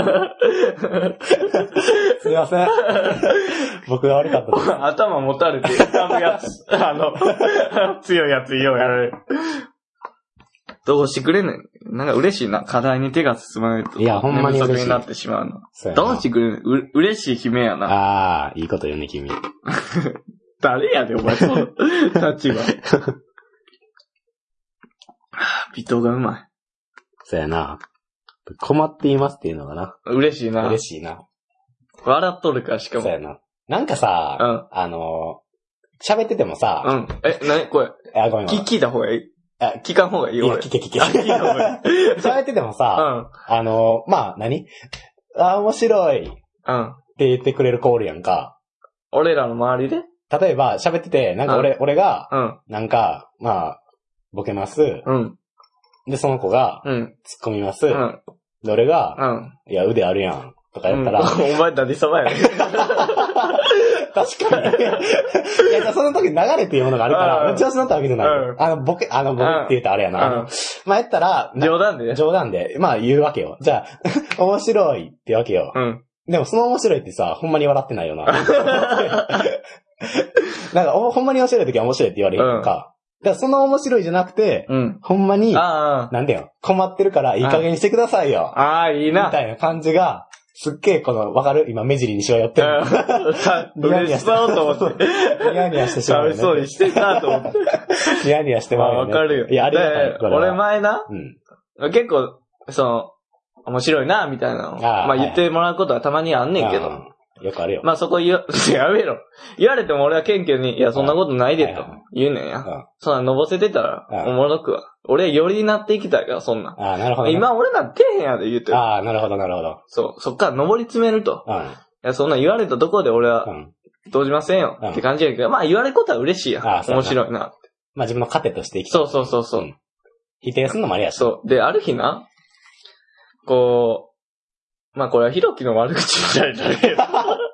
すいません。僕が悪かったです。 頭持たれて、痛むやつ、あの、強いやつようやられる。どうしてくれんねん。なんか嬉しいな。課題に手が進まないと。 いや、ほんまに嬉しい。 になってしまうの。どうしてくれんねん。う、嬉しい悲鳴やな。 ああ、いいこと言うね、君。 誰やで、お前、その、立場。微糖がうまい。 そうやな。困っていますっていうのがな。 嬉しいな。 嬉しいな。 笑っとるから、しかも。 そうやな。なんかさ、うん、あのー、喋っててもさ。 うん。え、なにこれ。 あ、ごめんごめん。 聞いた方がいいあ、聞かん方がいいよ。 いや、聞け聞け。聞いた方がいい。喋っててもさ、うん、あのー、まあ、何あ、面白い。うん。って言ってくれる子おるやんか。 俺らの周りで例えば、喋ってて、なんか俺、うん、俺が、うん。なんか、まあ、ボケます。うん。で、その子が、うん。突っ込みます。うん。で、俺が、うん。いや、腕あるやん。とか言ったら。うん、 お前ダディ様やね。 確かに。いや、その時流れっていうものがあるから、調子乗ったわけじゃない。うん、あの、ボケ、あの、ボケって言うとあれやな。うん、まあ、言ったら、 冗談で冗談で。まあ、言うわけよ。じゃあ、面白いってわけよ。うん。でも、その面白いってさ、ほんまに笑ってないよな。なんか、ほんまに面白い時は面白いって言われるか。うん、だからその面白いじゃなくて、うん、ほんまに、なんだよ、困ってるからいい加減にしてくださいよ。 ああ、いいな。 みたいな感じが、すっげえこの、わかる今目尻にしわ寄ってる。 ニヤニヤして。と思って。 ニヤニヤしてしまう、ね。 そうにしてたと思って。 ニヤニヤしてまうよ、ね。 わかるよ。 いや、ありがたい。 俺前な、うん、結構、その、面白いな、みたいなの。あまあ言ってもらうことはたまにあんねんけど。 よくあるよ。 まあそこ言わ、やめろ。言われても俺は謙虚に、いやそんなことないでと言うねんや。そんなのぼせてたら、おもろくは。俺はよりなっていきたいから、そんな。 ああ、なるほど、ね。 今俺なってへんやで言うてる。 ああ、なるほど、なるほど。 そう。そっから登り詰めると。うん。いや、そんな言われたところで俺は、動じませんよ。って感じやけど、まあ言われることは嬉しいやん。ああ、面白いなって。 まあ自分の糧としていきたい。 そうそうそうそう、うん。 否定するのもありやし。 そう。で、ある日な、こう、まあこれはヒロキの悪口みたいだけど。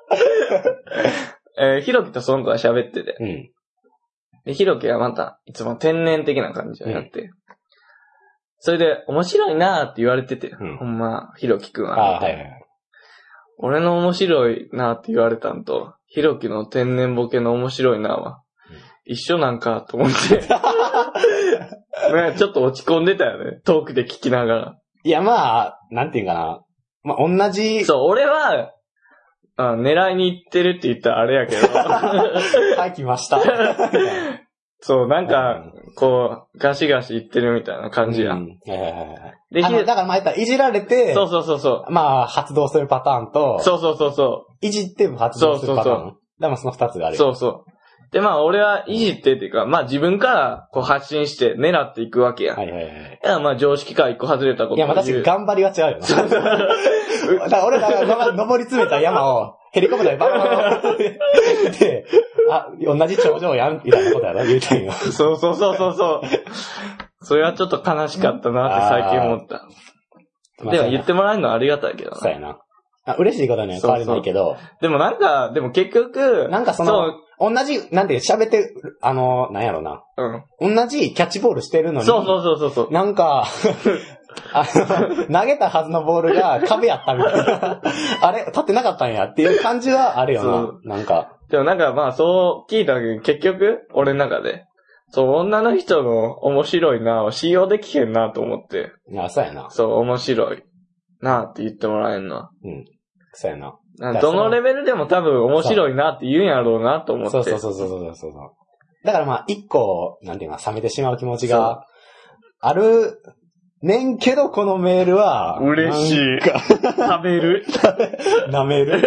えー、ヒロキとその子が喋ってて。うん。で、ヒロキはまた、いつも天然的な感じをやって。うん、それで、面白いなーって言われてて。うん、ほんま、ヒロキくんは。あ、はいはい。俺の面白いなーって言われたんと、ヒロキの天然ボケの面白いなーは、うん、一緒なんかと思って。ね、ちょっと落ち込んでたよね。トークで聞きながら。 いや、まあ、なんていうかな。まあ、同じ。 そう、俺は、あ狙いに行ってるって言ったらあれやけど。 はい、来ました。 そう、なんか、こう、ガシガシ言ってるみたいな感じや。うん、はいはいはい。 で、だからまあ言ったらいじられて、 そうそうそうそう。 まあ、発動するパターンと、 そうそうそうそう。 いじっても発動するパターン。そうそうそう。でもその二つがある。 そうそう。で、まあ、俺はいじってっていうか、まあ自分からこう発信して狙っていくわけや。はいはいはい。いや、まあ常識から一個外れたことを言う。いや、まあ確かに頑張りは違うよな。だから俺らが登り詰めた山をヘリコプターでバーバーバーってあ、同じ頂上やんみたいなことやろ言うたんよ。 そうそうそうそうそう。それはちょっと悲しかったなって最近思った。まあ、でも言ってもらえるのはありがたいけどな。 そうやな。あ、嬉しいことには変わりないけど。そうそうでもなんか、でも結局、 なんかその、同じ、なんて喋って、あの、なんやろな。うん。同じキャッチボールしてるのに。 そうそうそうそう。 なんか、あの、投げたはずのボールが壁やったみたいな。あれ立ってなかったんやっていう感じはあるよな。なんか。 でもなんかまあそう聞いたけど、結局、俺の中で。そう、女の人の面白いなを信用できへんなと思って。 あ、そうやな。 そう、面白いなって言ってもらえるのは。うん。 そうやな。 どのレベルでも多分面白いなって言うんやろうなと思って。 そうそうそうそうそうそう。だからまあ一個、なんていうか、冷めてしまう気持ちがあるねんけど、このメールは。 嬉しい。食べる舐める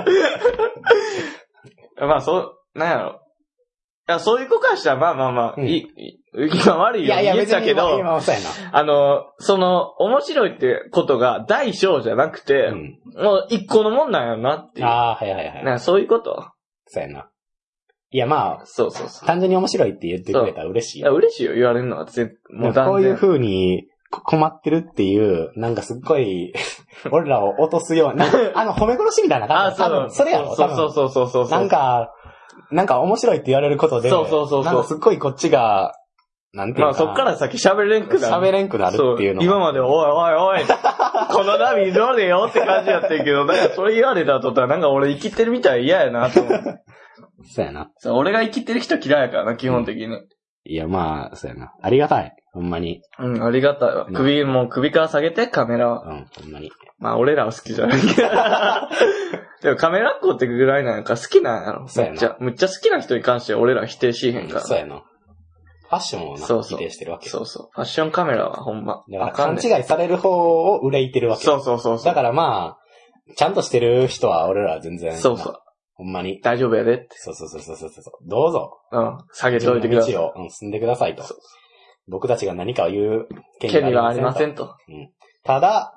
まあそう、なんやろ。いや、そういう子からしたら、まあまあまあ、うん、いい、今悪いように言ったけど、いやいや別にあの、その、面白いってことが大小じゃなくて、うん、もう一個のもんなんやなっていう。 ああ、はいはいはい。 なんかそういうことそうやな。いやまあ、 そうそうそう。 単純に面白いって言ってくれたら嬉しいよ。 いや、嬉しいよ、言われるのは全もうこういう風に困ってるっていう、なんかすっごい、俺らを落とすような、あの、褒め殺しみたいな感じ。あ、そう。それやろ、 そうそうそうそうそう。 なんか、なんか面白いって言われることで、そうそうそうそう。なんかすっごいこっちが、 なんていうか。 まあそっから先喋れんくなる。 喋れんくなるっていうの。 今まで、おいおいおい、このナビ乗れよって感じやってんけど、なんかそれ言われたとったらなんか俺生きてるみたい嫌やなと思う。 そうやな。 そう、俺が生きてる人嫌いやからな、基本的に。うん、 いや、まあ、そうやな。ありがたい。ほんまに。 うん、ありがたいわ。首、もう首から下げて、カメラは。 うん、ほんまに。 まあ、俺らは好きじゃないけど。でもカメラっ子ってぐらいなんやから好きなんやろ。 そうやな。 めっちゃ、むっちゃ好きな人に関して俺ら否定しへんから。 そうやな。ファッションをな、 そうそう否定してるわけ。 そうそう。ファッションカメラはほんま。 だから勘違いされる方を憂いてるわけ。 そうそうそうそう。 だからまあ、ちゃんとしてる人は俺らは全然。 そうそう。 ほんまに。 大丈夫やでって。 そうそうそうそうそう。どうぞ。 うん。下げておいてください。 道を、うん、進んでくださいと。僕たちが何かを言う権利はありませんと。 うん。ただ、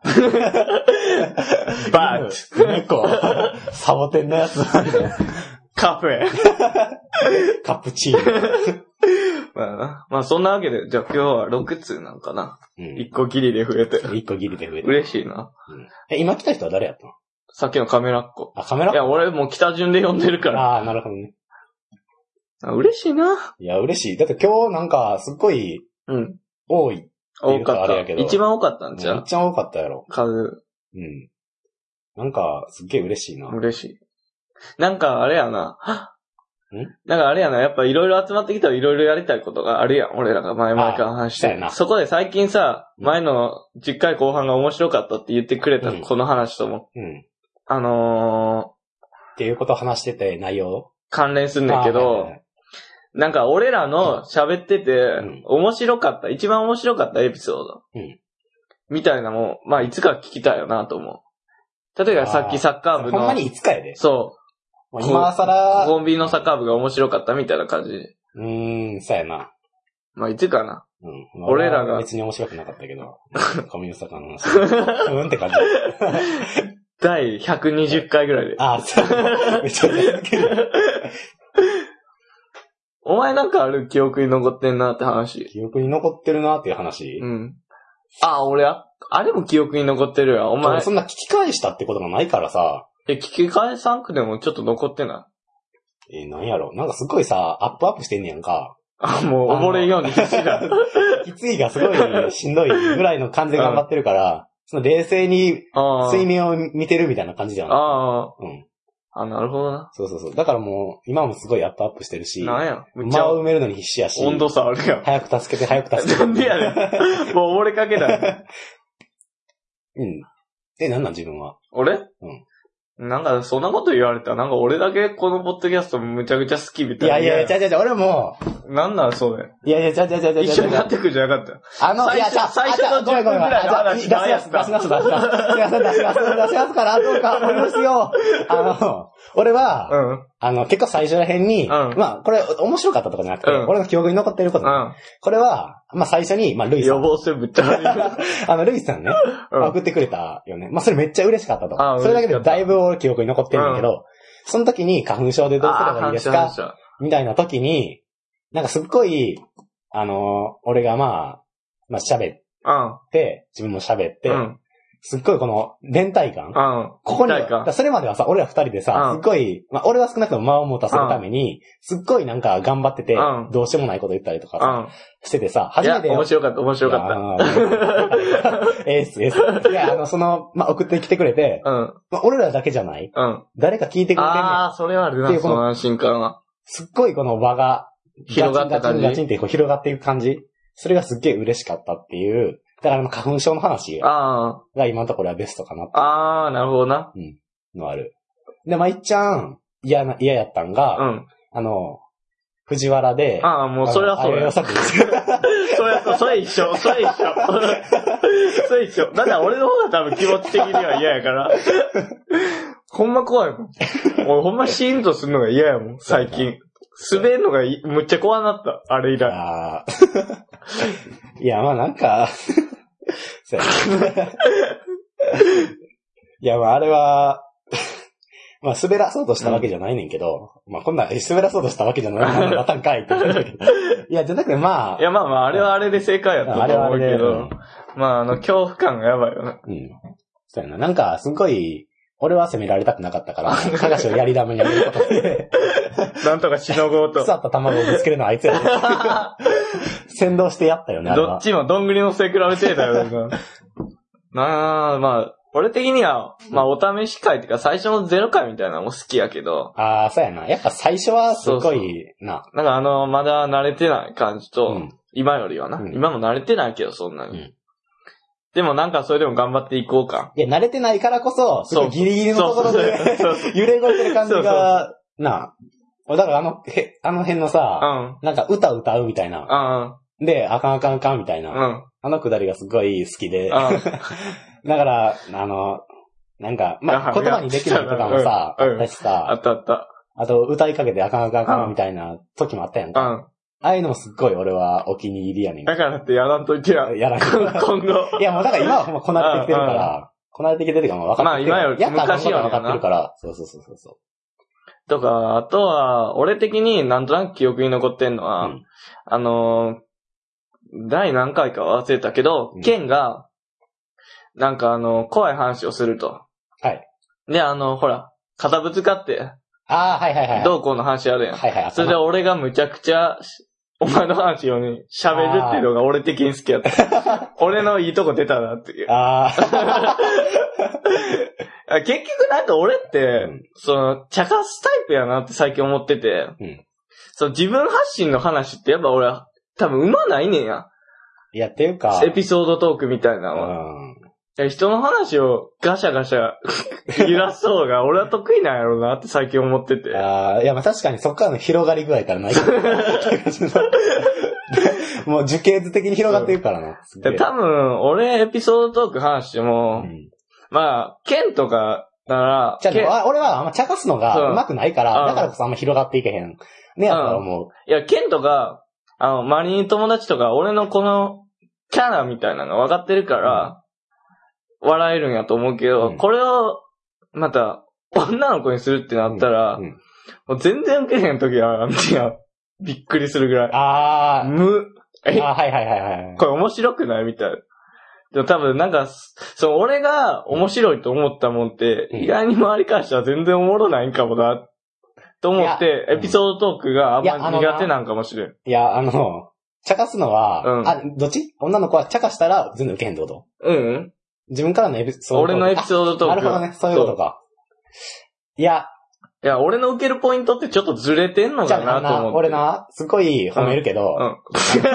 バッチ猫、サボテンのやつ。 カフェ。 カプチーノ。 まあな。まあそんなわけで、じゃあ今日はろく通なんかな。うん。いっこギリで増えて。 いっこギリで増えて。 嬉しいな。 うん。え、今来た人は誰やったの？ さっきのカメラっ子。 あ、カメラっ子？ いや、俺もう来た順で呼んでるから。 ああ、なるほどね。 あ、嬉しいな。 いや、嬉しい。だって今日なんか、すっごい、 うん。 多い。 多かった。一番多かったんじゃん。 一番多かったやろ。 数。 うん。なんか、すっげえ嬉しいな。 嬉しい。なんか、あれやな。 んなんかあれやな。やっぱいろいろ集まってきたらいろいろやりたいことがあるやん。俺らが前々から話して。そこで最近さ、前のじゅっかい後半が面白かったって言ってくれた、うん、この話とも。 うん。 あのー。っていうことを話してて内容関連すんねんけど、なんか俺らの喋ってて、うん、面白かった、一番面白かったエピソード。 うん。 みたいなもん、まあいつか聞きたいよなと思う。例えばさっきサッカー部の。 ほんまにいつかやで。 そう。 今更。 コンビニのサッカー部が面白かったみたいな感じ。 うーん、そうやな。 まあいつかな。 うん。 まあ、俺らが。 別に面白くなかったけど。コンビニのサッカーの話。うんって感じ。 だいひゃくにじゅっかいぐらいで。 ああ、そう。めっちゃ続ける。 お前なんかある記憶に残ってんなって話。 記憶に残ってるなっていう話。 うん。あ、俺あ、あれも記憶に残ってるやん。お前。 そんな聞き返したってことがないからさ。 え、聞き返さんくでもちょっと残ってない？ えー、なんやろ。なんかすごいさ、アップアップしてんねやんか。 あ、もう溺れんように必死だ。 きついがすごいしんどいぐらいの感じで頑張ってるから、うん、その冷静に水面を見てるみたいな感じじゃん。 ああ。 うん。 あ、なるほどな。 そうそうそう。だからもう、今もすごいアップアップしてるし。 なんや。 間を埋めるのに必死やし。 温度差あるやん。 早く助けて、早く助けて。 なんでやねん。もう溺れかけだよ。 うん。え、なんなん自分は。 俺？ うん。 なんか、そんなこと言われたら、なんか俺だけこのポッドキャストむちゃくちゃ好きみたいな。 いやいや、ちゃちゃちゃ、俺も。 なんなんそれ。 いやいや、ちゃちゃちゃちゃ。 一緒にやってくんじゃなかった。 あの、いや、じゃ最初のじゅっぷんくらいの話出します、出します、出します。出します、出します、出しますから、どうか思いますよ。あの、俺は、 うん。 あの、結構最初ら辺に、うん、まあ、これ面白かったとかじゃなくて、うん、俺の記憶に残ってること。うん。これは、まあ最初に、まあ、ルイさん。 予防線ぶっちゃ悪い。 あの、ルイさんね、うん、送ってくれたよね。まあ、それめっちゃ嬉しかったと。ああ、それだけでだいぶ俺記憶に残ってるんだけど、うん、その時に花粉症でどうすればいいですかみたいな時に、なんかすっごい、あの、俺がまあ、まあ喋って、自分も喋って、うん、すっごいこの連帯感、うん、ここに、それまではさ、俺ら二人でさ、すっごい、まあ俺は少なくとも間を持たせるために、すっごいなんか頑張ってて、どうしようもないこと言ったりとかさ、しててさ、初めて。 いや、面白かった、面白かった。 エース、エース。いや、あの、その、まあ送ってきてくれて、うん、まあ俺らだけじゃない、うん、誰か聞いてくれてんねん。 ああ、それはあるな、その安心感は。 すっごいこの輪が、 広がった感じ。 ガチンガチンってこう広がっていく感じ。それがすっげえ嬉しかったっていう。だから花粉症の話が今のところはベストかなって。 ああ、なるほどな。 うん。のある。で、まいっちゃん、嫌な、嫌やったんが、うん。あの、藤原で。 ああ、もうそれはそうや。それはそう、それ一緒、それ一緒。それ一緒。だから俺の方が多分気持ち的には嫌やから。ほんま怖いもん。俺ほんまシーンとするのが嫌やもん、最近。滑るのがむっちゃ怖なった、あれ以来。あいや、まあなんか、いや、まああれは、まあ滑らそうとしたわけじゃないねんけど、うん、まあこんな滑らそうとしたわけじゃないのパターンかいって言ったけど。いや、じゃなくてまあ。 いや、まあまあ、あれはあれで正解やったと思うけど、うん、まああの、恐怖感がやばいよね。 うん。そうやな。なんか、すごい、 俺は責められたくなかったから、かがしをやり玉にやることで。 なんとかしのごうと。 腐った卵をぶつけるのはあいつやで。先導してやったよね、あれは。 どっちもどんぐりの背比べてたよ、なあ、まあ、俺的には、まあ、お試し会っていうか、最初のゼロ回みたいなのも好きやけど。 ああ、そうやな。やっぱ最初はすごいな。 そうそうなんかあの、まだ慣れてない感じと、うん、今よりはな、うん。今も慣れてないけど、そんなに。うん、でもなんかそれでも頑張っていこうか。 いや、慣れてないからこそ、すごいギリギリのところで、揺れ動いてる感じが、そうそうそうなあ。だからあの、へ、あの辺のさ、うん、なんか歌歌うみたいな。うん、で、あかんあかんあかんみたいな。うん、あのくだりがすごい好きで。うんだから、あの、なんか、まあ、言葉にできないとかもさ、あったしさ、 あったあった。 あと、歌いかけてあかんあかんあかんみたいな時もあったやんか。うん。ああいうのもすっごい俺はお気に入りやねん。 だからってやらんといてや。 やらんといて。今後。いや、もうだから今はほんまこなってきてるから、こなれてきてるってかもう分かってきてる。まあ今よりやったら分かってるから。そうそうそうそう。 とか、あとは、俺的になんとなく記憶に残ってんのは、うん、あのー、第何回か忘れたけど、うん、ケンが、なんかあの、怖い話をすると。 はい。 で、あの、ほら、肩ぶつかって。 ああ、はいはいはい。 どうこうの話あるやん。 はいはい。 それで俺がむちゃくちゃ、お前の話をね、喋るっていうのが俺的に好きやった。俺のいいとこ出たなっていう。ああ。結局なんか俺って、うん、その、茶化すタイプやなって最近思ってて、うん、その自分発信の話ってやっぱ俺は多分上手ないねんや。 いや、っていうか。 エピソードトークみたいなのは。うん人の話をガシャガシャ揺らす方が俺は得意なんやろうなって最近思ってて。 ああ、いやまあ確かにそっからの広がり具合からない。もう樹形図的に広がっていくからな。 多分、俺エピソードトーク話しても、うん、まあ、ケンとかなら、 じゃあ俺はあんま茶化すのが上手くないから、だからこそあんま広がっていけへん。ねやったら思う。 いや、ケンとか、あの、周りに友達とか、俺のこのキャラみたいなのが分かってるから、うん笑えるんやと思うけど、うん、これを、また、女の子にするってなったら、うんうん、もう全然受けへんときは、いや、びっくりするぐらい。 ああ。 む、 えあはいはいはいはい。 これ面白くないみたいな。でも多分なんか、そう、俺が面白いと思ったもんって、うん、意外に周りからしたら全然おもろないんかもな、と思って、エピソードトークがあんまり苦手なんかもしれん。 いや、あの、茶化すのは、うん、あ、どっち女の子は茶化したら全然受けへんってこと？ うん。 自分からのエピソードトーク。 俺のエピソードトーク。 なるほどね。そういうことか。いや。 いや、俺の受けるポイントってちょっとずれてんのかなと思って。 俺な、すごい褒めるけど。うん。うん、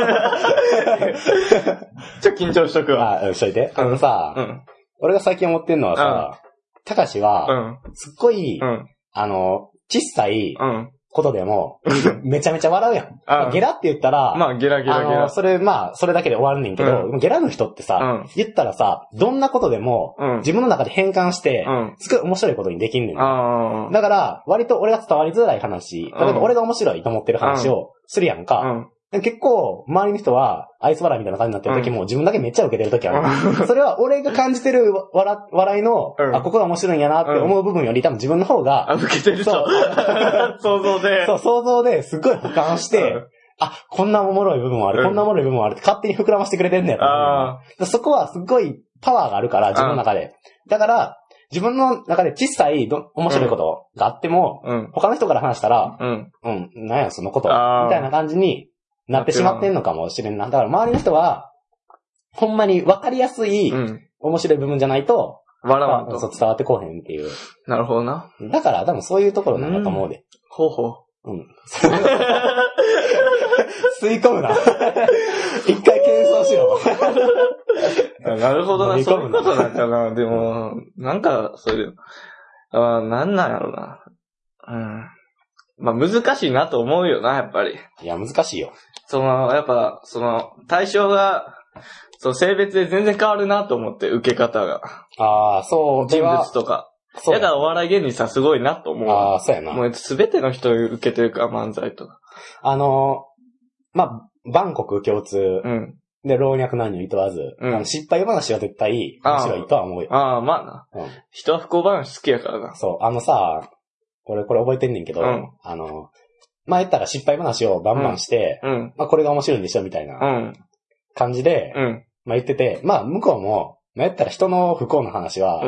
ちょっと緊張しとくわ。 あ、うん、しといて。あのさ、うん、俺が最近思ってんのはさ、たかしは、すっごい、うん、あの、小さい、うんことでも、めちゃめちゃ笑うやん。まあ、ゲラって言ったら、 まあ、ゲラゲラゲラ。 それ、まあ、それだけで終わるねんけど、うん、ゲラの人ってさ、うん、言ったらさ、どんなことでも、うん、自分の中で変換して、うん、すごい面白いことにできんねん。だから、割と俺が伝わりづらい話、例えば俺が面白いと思ってる話をするやんか。うん結構、周りの人は、愛想笑いみたいな感じになってる時も、自分だけめっちゃ受けてる時ある。それは俺が感じてる笑、笑いの、うん、あ、ここが面白いんやなって思う部分より、多分自分の方が、 あ、受けてると。想像で。 そう、想像ですっごい俯瞰して、うん、あ、こんなおもろい部分もある、うん、こんなおもろい部分もあるって勝手に膨らませてくれてんねやと思う。そこはすっごいパワーがあるから、自分の中で。だから、自分の中で小さいど面白いことがあっても、うん、他の人から話したら、うん、うん、なんやそのこと、みたいな感じに、なってしまってんのかもしれんな。だから周りの人は、ほんまに分かりやすい、面白い部分じゃないと、 笑わんと。 そう伝わってこうへんっていう。 なるほどな。 だから多分そういうところなんだと思うで。 ほうほう。 うん。吸い込むな。一回謙遜しろ。 なるほどな、そういうことなんかな。でも、なんか、それ、あなんなんやろな。うん。まあ難しいなと思うよな、やっぱり。 いや、難しいよ。 その、やっぱ、その、対象が、そう、性別で全然変わるなと思って、受け方が。 ああ、そう、 人物とか。そうや。だからお笑い芸人さんすごいなと思う。 ああ、そうやな。 もうすべての人受けてるから、漫才とか。 あのー、まあ、万国共通。うん。で、老若男女い問わず。うん。あの失敗話は絶対面白いとは思うよ。 ああ、まあな。うん。人は不幸話好きやからな。 そう、あのさ、俺これ覚えてんねんけど、うん、あの、まあ、言ったら失敗話をバンバンして、うん、まあ、これが面白いんでしょみたいな感じで、うん、まあ、言ってて、まあ、向こうも、まあ、言ったら人の不幸の話は、うん、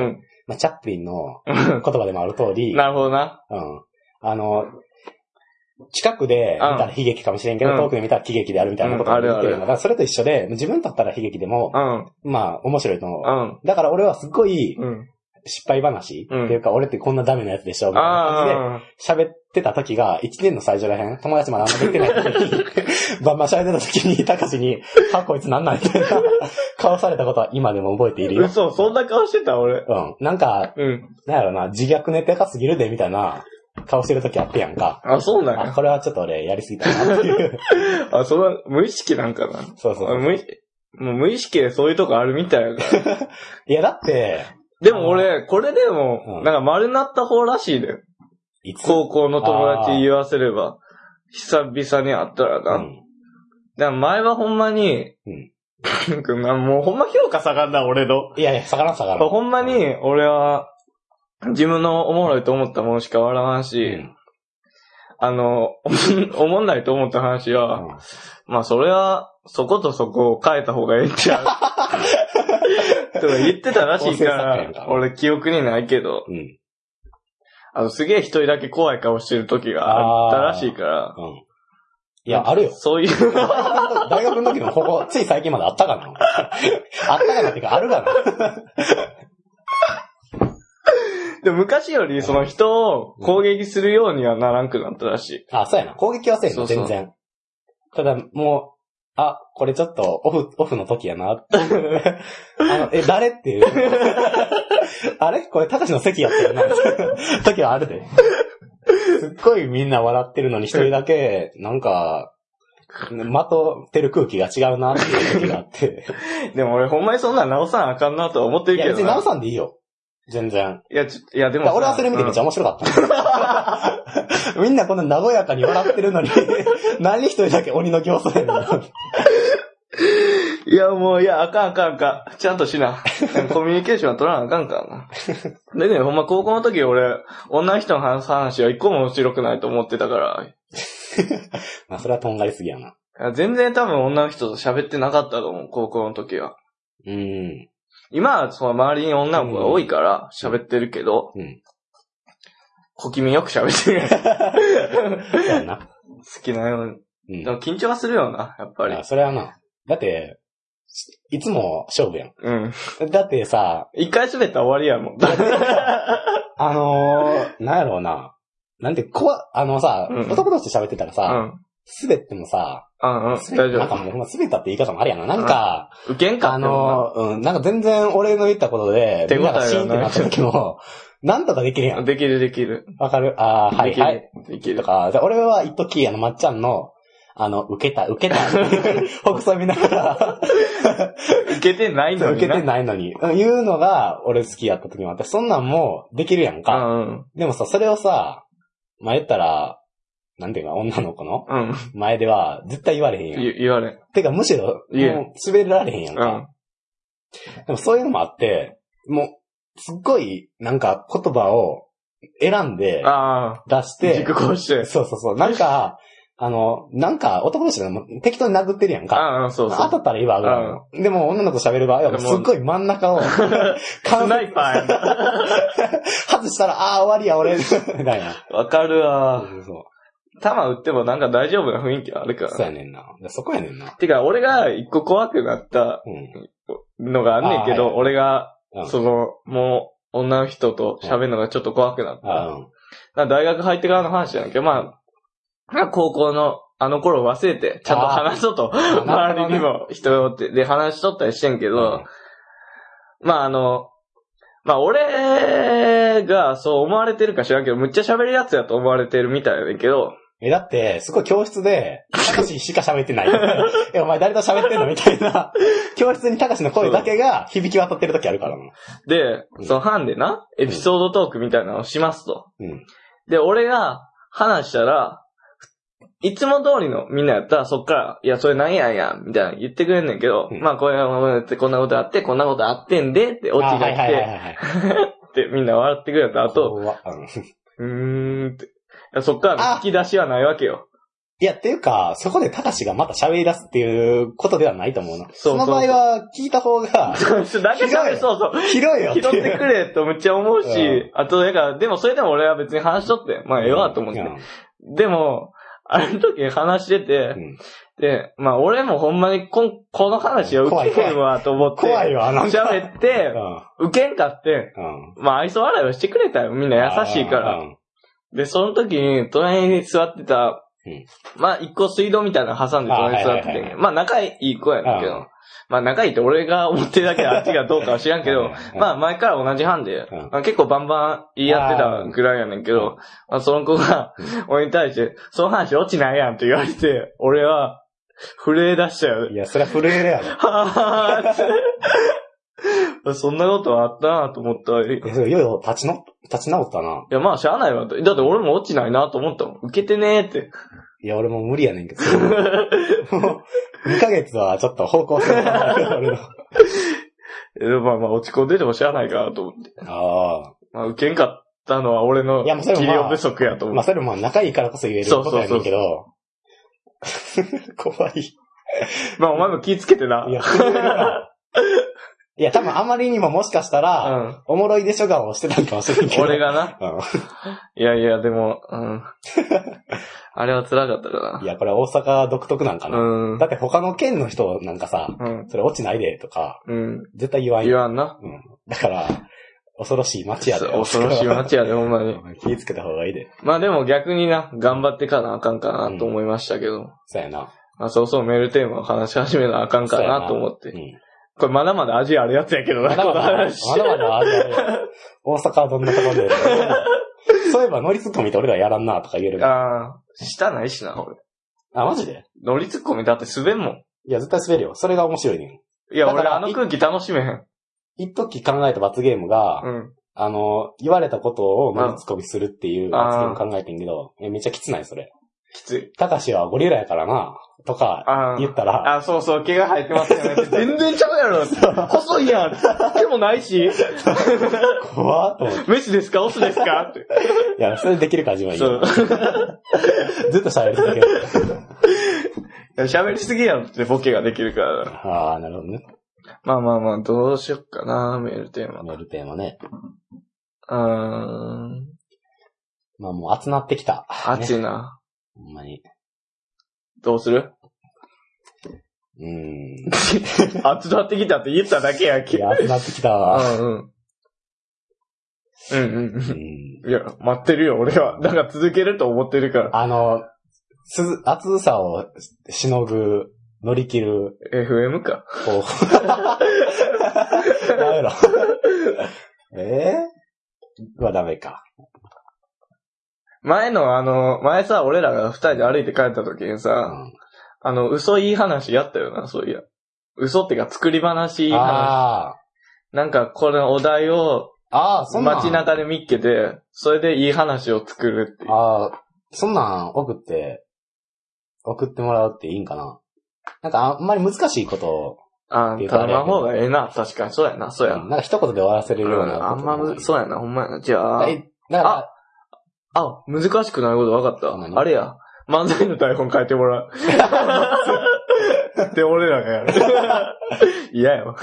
まあ、チャップリンの言葉でもある通り。 なるほどな。 うん。あの、近くで見たら悲劇かもしれんけど、うん、遠くで見たら喜劇であるみたいなことが言ってるのが、うん、それと一緒で、自分だったら悲劇でも、うん、まあ、面白いと思う。うん、だから俺はすっごい、うん失敗話、うん、っていうか、俺ってこんなダメなやつでしょみたいな感じで、喋ってた時が、一年の最初らへん、友達もあんまできてない時に、バンバン喋ってた時に、高志に、は、こいつなんなんみたいな顔されたことは今でも覚えているよ。 嘘、そんな顔してた俺。 うん。なんか、うん、なんやろな、自虐ネタがすぎるで、みたいな顔してる時あってやんか。 あ、そうなんや。 あ、これはちょっと俺、やりすぎたなっていう。 あ、それは無意識なんかな。 そうそうそう。 無意識、もう無意識でそういうとこあるみたいやから。 いや、だって、 でも俺、これでも、うん、なんか丸なった方らしいで。いつ高校の友達言わせれば、久々に会ったらな。うん、だから前はほんまに、うん、もうほんま評価下がんだ、俺の。 いやいや、下がらん下がらん。 ほんまに、俺は、自分のおもろいと思ったものしか笑わんし、うん、あの、おもんないと思った話は、うん、まあそれは、そことそこを変えた方がええんちゃう。とか言ってたらしいから、俺記憶にないけど、うん、あの、すげえ一人だけ怖い顔してる時があったらしいから、うん、 いや、あるよ。 そういう。 大学の時もここ、つい最近まであったかなあったかなっていうか、あるかなでも昔よりその人を攻撃するようにはならんくなったらしい。 あ、そうやな。攻撃はせんの、全然。ただ、もう、あ、これちょっとオフ、オフの時やな。あの、え、誰っていう。あれこれ、高志の席やったよな。時はあるで。すっごいみんな笑ってるのに一人だけ、なんか、まとってる空気が違うなっていう時があって。 でも俺ほんまにそんな直さなあかんなとは思ってるけどな。 いや別に直さんでいいよ。全然。 いや、ちいやでもさ。 俺はそれ見てめっちゃ面白かった。みんなこんな和やかに笑ってるのに、何一人だけ鬼の形相やねん。 いや、もう、いや、あかんあかんあかん。ちゃんとしな。コミュニケーションは取らなあかんからな。でね、ほんま高校の時俺、女の人の話す話は一個も面白くないと思ってたから。 まあ、それはとんがりすぎやな。 全然多分女の人と喋ってなかったと思う、高校の時は。 うん。 今はその周りに女の子が多いから喋ってるけど、うん。小気味よく喋ってる。 そうやな。 好きなように。うん。でも緊張はするよな、やっぱり。 あ、それはな。だって、いつも勝負やん。 うん。 だってさ、 一回滑ったら終わりやもん。 あのー、なんやろうな。なんて、こわ、あのさ、うん、男同士で喋ってたらさ、うん、滑ってもさ、 うんうん、大丈夫。 なんかもうほんま滑ったって言い方もありやな。なんか、 うん、受けんかあのー、うん、なんか全然俺の言ったことで、みんながシーンってなった時も、なんとかできるやん。 できるできる。 わかるああ、はいはい。 できる。 とか、俺は一時あの、まっちゃんの、あの、受けた、受けた、北斎見ながら、 受けてないのに。 受けてないのに。言うのが俺好きやった時もあって、そんなんもできるやんか。 うん、 でもさ、それをさ、まあ、言ったら、なんていうか、女の子の前では絶対言われへんやん。 言, 言われん。 てか、むしろ、もう滑られへんやんか。うん、でもそういうのもあって、もう、すっごい、なんか言葉を選んで、出して、 熟考して。 そうそうそう。なんか、あの、なんか男同士でも適当に殴ってるやんか。 ああ、そうそう。 当たったらいいわ、ぐらいの。でも女の子喋る場合は、すっごい真ん中を、スナイパーやん。 外したら、ああ、終わりや、俺、みたいな。 わかるわ。そうそう。弾撃ってもなんか大丈夫な雰囲気あるから。 そうやねんな。そこやねんな。 てか、俺が一個怖くなったのがあんねんけど、うん、俺が、うん、その、もう、女の人と喋るのがちょっと怖くなった。うん、大学入ってからの話なんだけど、まあ、高校のあの頃忘れて、ちゃんと話そうと、周りにも人って、で話しとったりしてんけど、うん、まああの、まあ俺がそう思われてるか知らんけど、むっちゃ喋るやつやと思われてるみたいだけど、 え、だって、すごい教室で、高志しか喋ってない。え、お前誰と喋ってんのみたいな。教室に高志の声だけが響き渡ってる時あるからな。 で、うん、その班でな、エピソードトークみたいなのをしますと。 うん、 で、俺が話したら、いつも通りのみんなやったらそっから、いや、それなんやんやん、みたいな言ってくれんねんけど、うん、まあこれはこんなことあって、こんなことあってんで、ってオチが来て、ってみんな笑ってくれた後、うーんって。そっからの引き出しはないわけよ。 いや、っていうか、そこで高志がまた喋り出すっていうことではないと思うの。そうそうそう、その場合は聞いた方が、だけ喋る、そうそう。 広いよ。 拾ってくれとめっちゃ思うし、うん、あと、だから、でもそれでも俺は別に話しとって、まあ、ええわと思って。うん、でも、あの時話してて、うん、で、まあ俺もほんまにこ、この話を受けへんわと思って、 怖いわ、なんか。 喋って、うん、受けんかって、うん、まあ愛想笑いをしてくれたよ。みんな優しいから。うん、で、その時に隣に座ってた、うん、まあ一個水道みたいなの挟んで隣に座ってて、はいはいはい、まあ仲いい子やねんけど、うん、まあ仲いいって俺が思ってるだけであっちがどうかは知らんけど、まあ前から同じ班で、うんまあ、結構バンバン言い合ってたぐらいやねんけど、まあその子が、俺に対して、その話落ちないやんって言われて、俺は、震え出しちゃう。 いや、それは震えるやろ。はぁーそんなことはあったなと思った。 いや、いよいよ立ちの、立ち直ったな。 いや、まあしゃあないわ。だって俺も落ちないなと思ったもん。受けてねーって。 いや、俺も無理やねんけど。もう、にかげつはちょっと方向性がない俺の。 まあまあ落ち込んでてもしゃあないかなと思って。ああ。まあ受けんかったのは俺の技量不足やと思う。 まあそれもまあ仲いいからこそ言えることやねんけど。そうそうそう怖い。 まあお前も気ぃつけてな。 いや、いや多分あまりにももしかしたら、うん、おもろいでしょ顔をしてたんかもしれんけど。 俺がな。うん、いやいや、でも、うん。あれは辛かったかな。 いや、これ大阪独特なんかな。うん、だって他の県の人なんかさ、うん、それ落ちないでとか、うん、絶対言わんよ。 言わんな。 うん。だから、恐ろしい街やで。 恐ろしい街やで、ほんまに。 気ぃつけた方がいいで。 まあでも逆にな、頑張ってかなあかんかなと思いましたけど。うん、 そうやな。 まあそうそうメールテーマを話し始めなあかんかなと思って。うん、これまだまだ味あるやつやけどな、 まだまだ、まだまだ味あるや大阪はどんなところで。そういえば乗りツッコミって俺らやらんなとか言える。 ああ、したないしな、俺。 あ、マジで乗りツッコミだって滑んもん。 いや、絶対滑るよ。それが面白いねん。いや、俺あの空気楽しめへん。 一時考えた罰ゲームが、うん、あの、言われたことを乗りツッコミするっていう罰ゲーム考えてんけど、めっちゃきつないそれ。 きつい。 たかしはゴリラやからな、とか言ったら。 ああ、そうそう、毛が生えてますよね。全然ちゃうやろ。細いやん。毛もないし。 怖っと思って。 メスですかオスですかって。 いや、それできるから自分はいいよ。ずっと喋り続ける。 喋りすぎやろってボケができるから。 ああ、なるほどね。 まあまあまあ、どうしよっかな、メールテーマ。 メールテーマね。 うーん。 まあもう熱なってきた。 熱いな。 ほんまに。 どうする？ うーん。 熱なってきたって言っただけやけ。 いや、熱なってきたわ。 うんうん。うんうんうん。いや、待ってるよ、俺は。だから続けると思ってるから。 あの、す、熱さをしのぐ、乗り切る。 エフエム か。 こう。ダメだ。えー、はダメか。 前のあの、前さ、俺らが二人で歩いて帰った時にさ、うん、あの、嘘いい話やったよな、そういや。嘘ってか作り話いい話。あなんか、このお題を、ああ、そんなん街中で見っけて、それでいい話を作るっていう。 ああ、そんなん送って、送ってもらうっていいんかな。なんかあんまり難しいことを。 ああ、頼まん方がええな。確かに、そうやな、そうや。 なんか一言で終わらせれるような、うん。 あんまむ、そうやな、ほんまやな。じゃあ、あ、あ、難しくないこと分かった。あれや、漫才の台本書いてもらう。って俺らがやる。嫌やわ。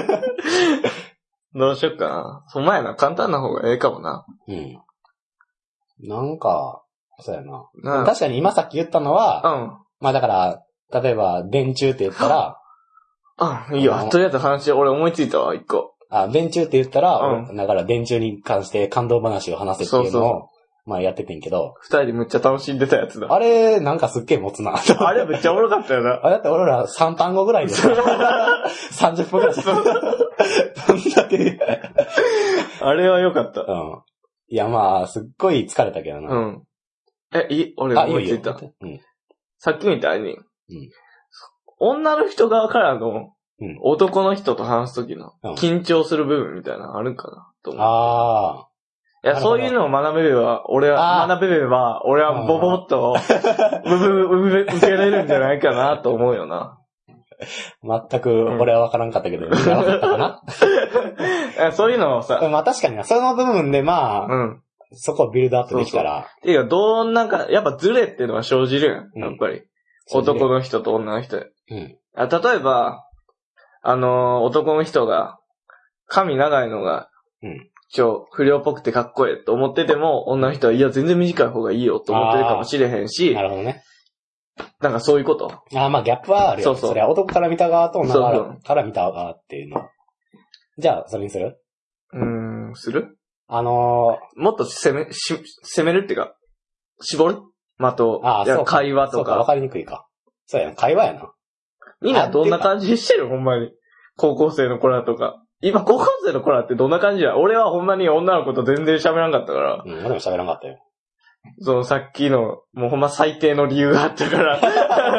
どうしよっかな。ほんまやな、簡単な方がええかもな。 うん。なんか、そうやな。な確かに今さっき言ったのは、うん。まあだから、例えば、電柱って言ったら、 あ、いいよ。とりあえず話、俺思いついたわ、一個。 あ、電柱って言ったら、うん、だから電柱に関して感動話を話せっていうのを、そうそうまあやっててんけど。 二人でむっちゃ楽しんでたやつだ。 あれ、なんかすっげえ持つな。 あれめっちゃおもろかったよな。 あれだって俺らさん単語ぐらいでさんじゅっぷんぐらいで。どんだけ。 あれは良かった。 うん。いやまあ、すっごい疲れたけどな。 うん。え、いい俺思いついた。いいようん。さっきみたいに、うん、女の人側からの、男の人と話すときの緊張する部分みたいなのあるんかなと思う。ああ。いや、そういうのを学べれば、俺は、学べれば、俺はボボッと、うぶ、うぶ、受けれるんじゃないかなと思うよな。 全く、俺は分からんかったけど、うん、分かったかなそういうのをさ。 まあ確かにな、その部分でまあ、うん、 そこをビルドアップできたら。 ていうか、どうなんか、やっぱズレっていうのは生じるやん、やっぱり。うん、男の人と女の人で。うん。あ、例えば、あのー、男の人が、髪長いのが、うん。ちょ、不良っぽくてかっこええと思ってても、女の人は、いや、全然短い方がいいよと思ってるかもしれへんし。 なるほどね。 なんかそういうこと。 ああ、まあギャップはあるよ。そうそう。それは男から見た側と女から見た側っていうの。じゃあ、それにする？ うーん、する？ あのー、もっと攻め、し、攻めるっていうか、絞る的を。ああ、そうか。会話とか。 そうか、わかりにくいか。そうやな、会話やな。 みんなどんな感じしてる？ほんまに。高校生の子らとか。今、高校生の子らってどんな感じや？俺はほんまに女の子と全然喋らんかったから。 うん、俺も喋らんかったよ。 そのさっきの、もうほんま最低の理由があったから。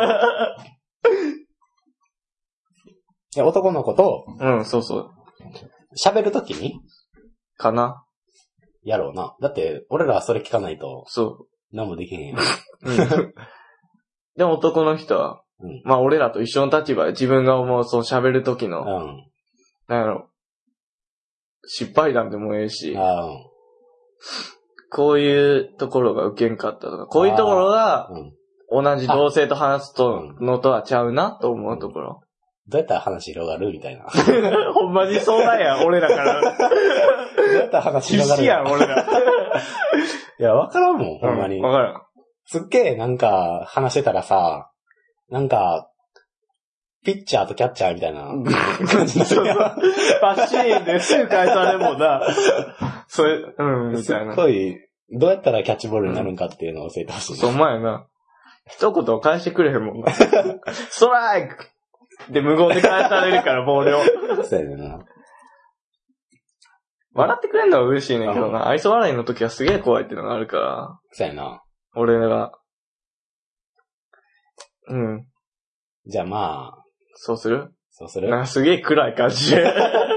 いや、男の子と、 うん、そうそう。 喋るときにかなやろうな。だって、俺らはそれ聞かないと。 そう。 何もできへんよ。 うん、でも男の人は、うん、まあ俺らと一緒の立場で自分が思うその喋るときの、うん、なんやろ、失敗談でもええし、うん、こういうところが受けんかったとか、こういうところが、同じ同性と話すとのとはちゃうなと思うところ。 どうやったら話広がるみたいな。 ほんまにそうなんや、俺らから。 どうやったら話広がる。 必死やん、俺ら。 いや、わからんもん、ほんまに。 わ、うん、からん。 すっげえなんか話してたらさ、なんか、ピッチャーとキャッチャーみたいな感じになるやん。 バッシーンですぐ返されるもんな。それ、うん、みたいな。 すっごい、どうやったらキャッチボールになるんかっていうのを教えてほしい、 うん。そう、お前やな。一言を返してくれへんもんな。ストライクで無言で返されるから、ボールを。 そうやな。 笑ってくれんのは嬉しいねんけどな。愛想笑いの時はすげえ怖いっていうのがあるから。 そうやな。 俺が。うん。 じゃあまあ。 そうする？ そうする？ なんかすげえ暗い感じで。い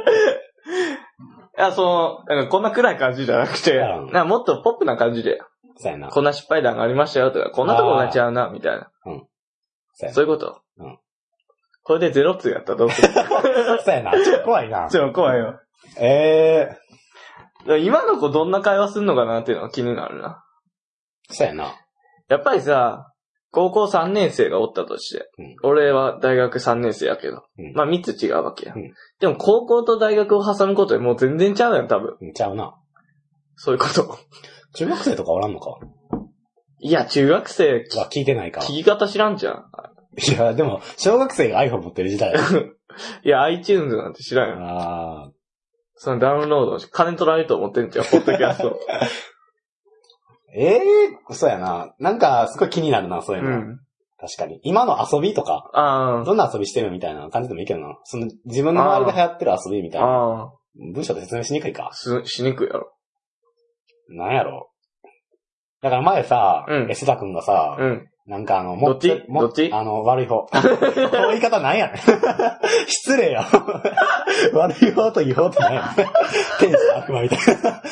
や、その、なんかこんな暗い感じじゃなくて、なんかもっとポップな感じで。 そうやな。 こんな失敗談がありましたよとか、こんなとこが違うな、みたいな。うん。そうやな。そういうこと。うん。これでゼロ通やったらどうする？ そうやな。ちょっと怖いな。 ちょっと怖いよ。 ええー。今の子どんな会話すんのかなっていうのが気になるな。 そうやな。 やっぱりさ、高校さんねん生がおったとして、うん、俺は大学さんねん生やけど、うん、まあみっつ違うわけや、うん。でも高校と大学を挟むことでもう全然ちゃうやん、多分。 ちゃうな。 そういうこと。 中学生とかおらんのか？ いや、中学生は聞いてないか。 聞き方知らんじゃん。 いや、でも、小学生が iPhone 持ってる時代。 いや、iTunes なんて知らんよ。ああ。そのダウンロード、金取られると思ってんじゃん、ポッドキャスト。 ええー、そうやな。なんか、すごい気になるな、そういうの。うん、確かに。今の遊びとか、あどんな遊びしてるみたいな感じでもいいけどな。その、自分の周りで流行ってる遊びみたいな。文章で説明しにくいか。 し、しにくいやろ。 なんやろ。だから前さ、うん、エスダ君がさ、うん、なんかあの、 もどっちどっちあの、悪い方。こういう言い方なんやねん。失礼や。悪い方といい方ってなんやねん。天使と悪魔みたいな。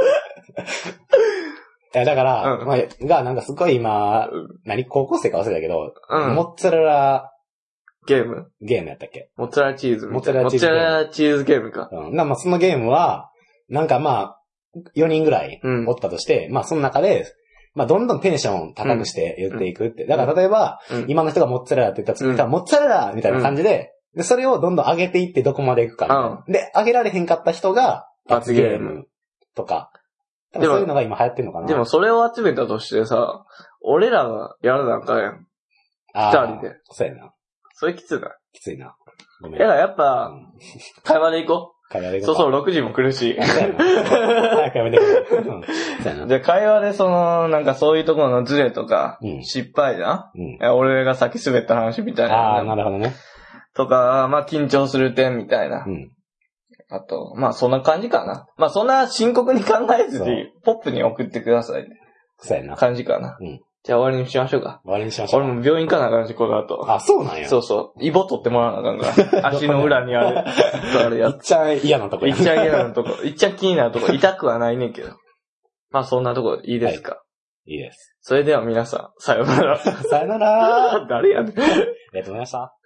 いや、だから、うん、まあ、が、なんかすごい今、うん、何、高校生か忘れたけど、うん、モッツァレラ、 ゲームゲームやったっけ？ モッツァレラチーズモッツァレラチーズ。 モッツァレラチーズゲームか。 うん。まあ、そのゲームは、なんかまあ、よにんぐらいおったとして、うん、まあ、その中で、まあ、どんどんテンション高くして言っていくって。うん、だから、例えば、うん、今の人がモッツァレラって言ったら、うん、モッツァレラみたいな感じで、で、それをどんどん上げていってどこまでいくかみたいな。うん、で、上げられへんかった人が、罰ゲームとか。そういうのが今流行ってんのかな。 でもそれを集めたとしてさ、俺らがやらなあかんやん。二人で。 そうやな。 それきついな。 きついな。 ごめん。いや、やっぱ、うん、会話で行こう。 会話で行こう。 そうそう、ろくじも来るし。 早くやめてくれ。うん。そうやな。 じゃあ会話でその、なんかそういうところのズレとか、うん、失敗な、うん、いや俺がさっき滑った話みたいな。 ああ、なるほどね。 とか、まあ緊張する点みたいな。うん。あと、まあそんな感じかな。まあそんな深刻に考えずに、ポップに送ってくださいね。 そうやな。 感じかな。うん。じゃあ終わりにしましょうか。 終わりにしましょう。 俺も病院行かなあかんし、この後。 あ、そうなんや。 そうそう。イボ取ってもらわなあかんから。足の裏にある。あれや。 いっちゃ嫌なとこや。いっちゃ嫌なとこ。いっちゃ気になるとこ。痛くはないねんけど。まあそんなとこいいですか。 はい、いいです。 それでは皆さん、さよなら。 さよなら。 誰やねん。ありがとうございました。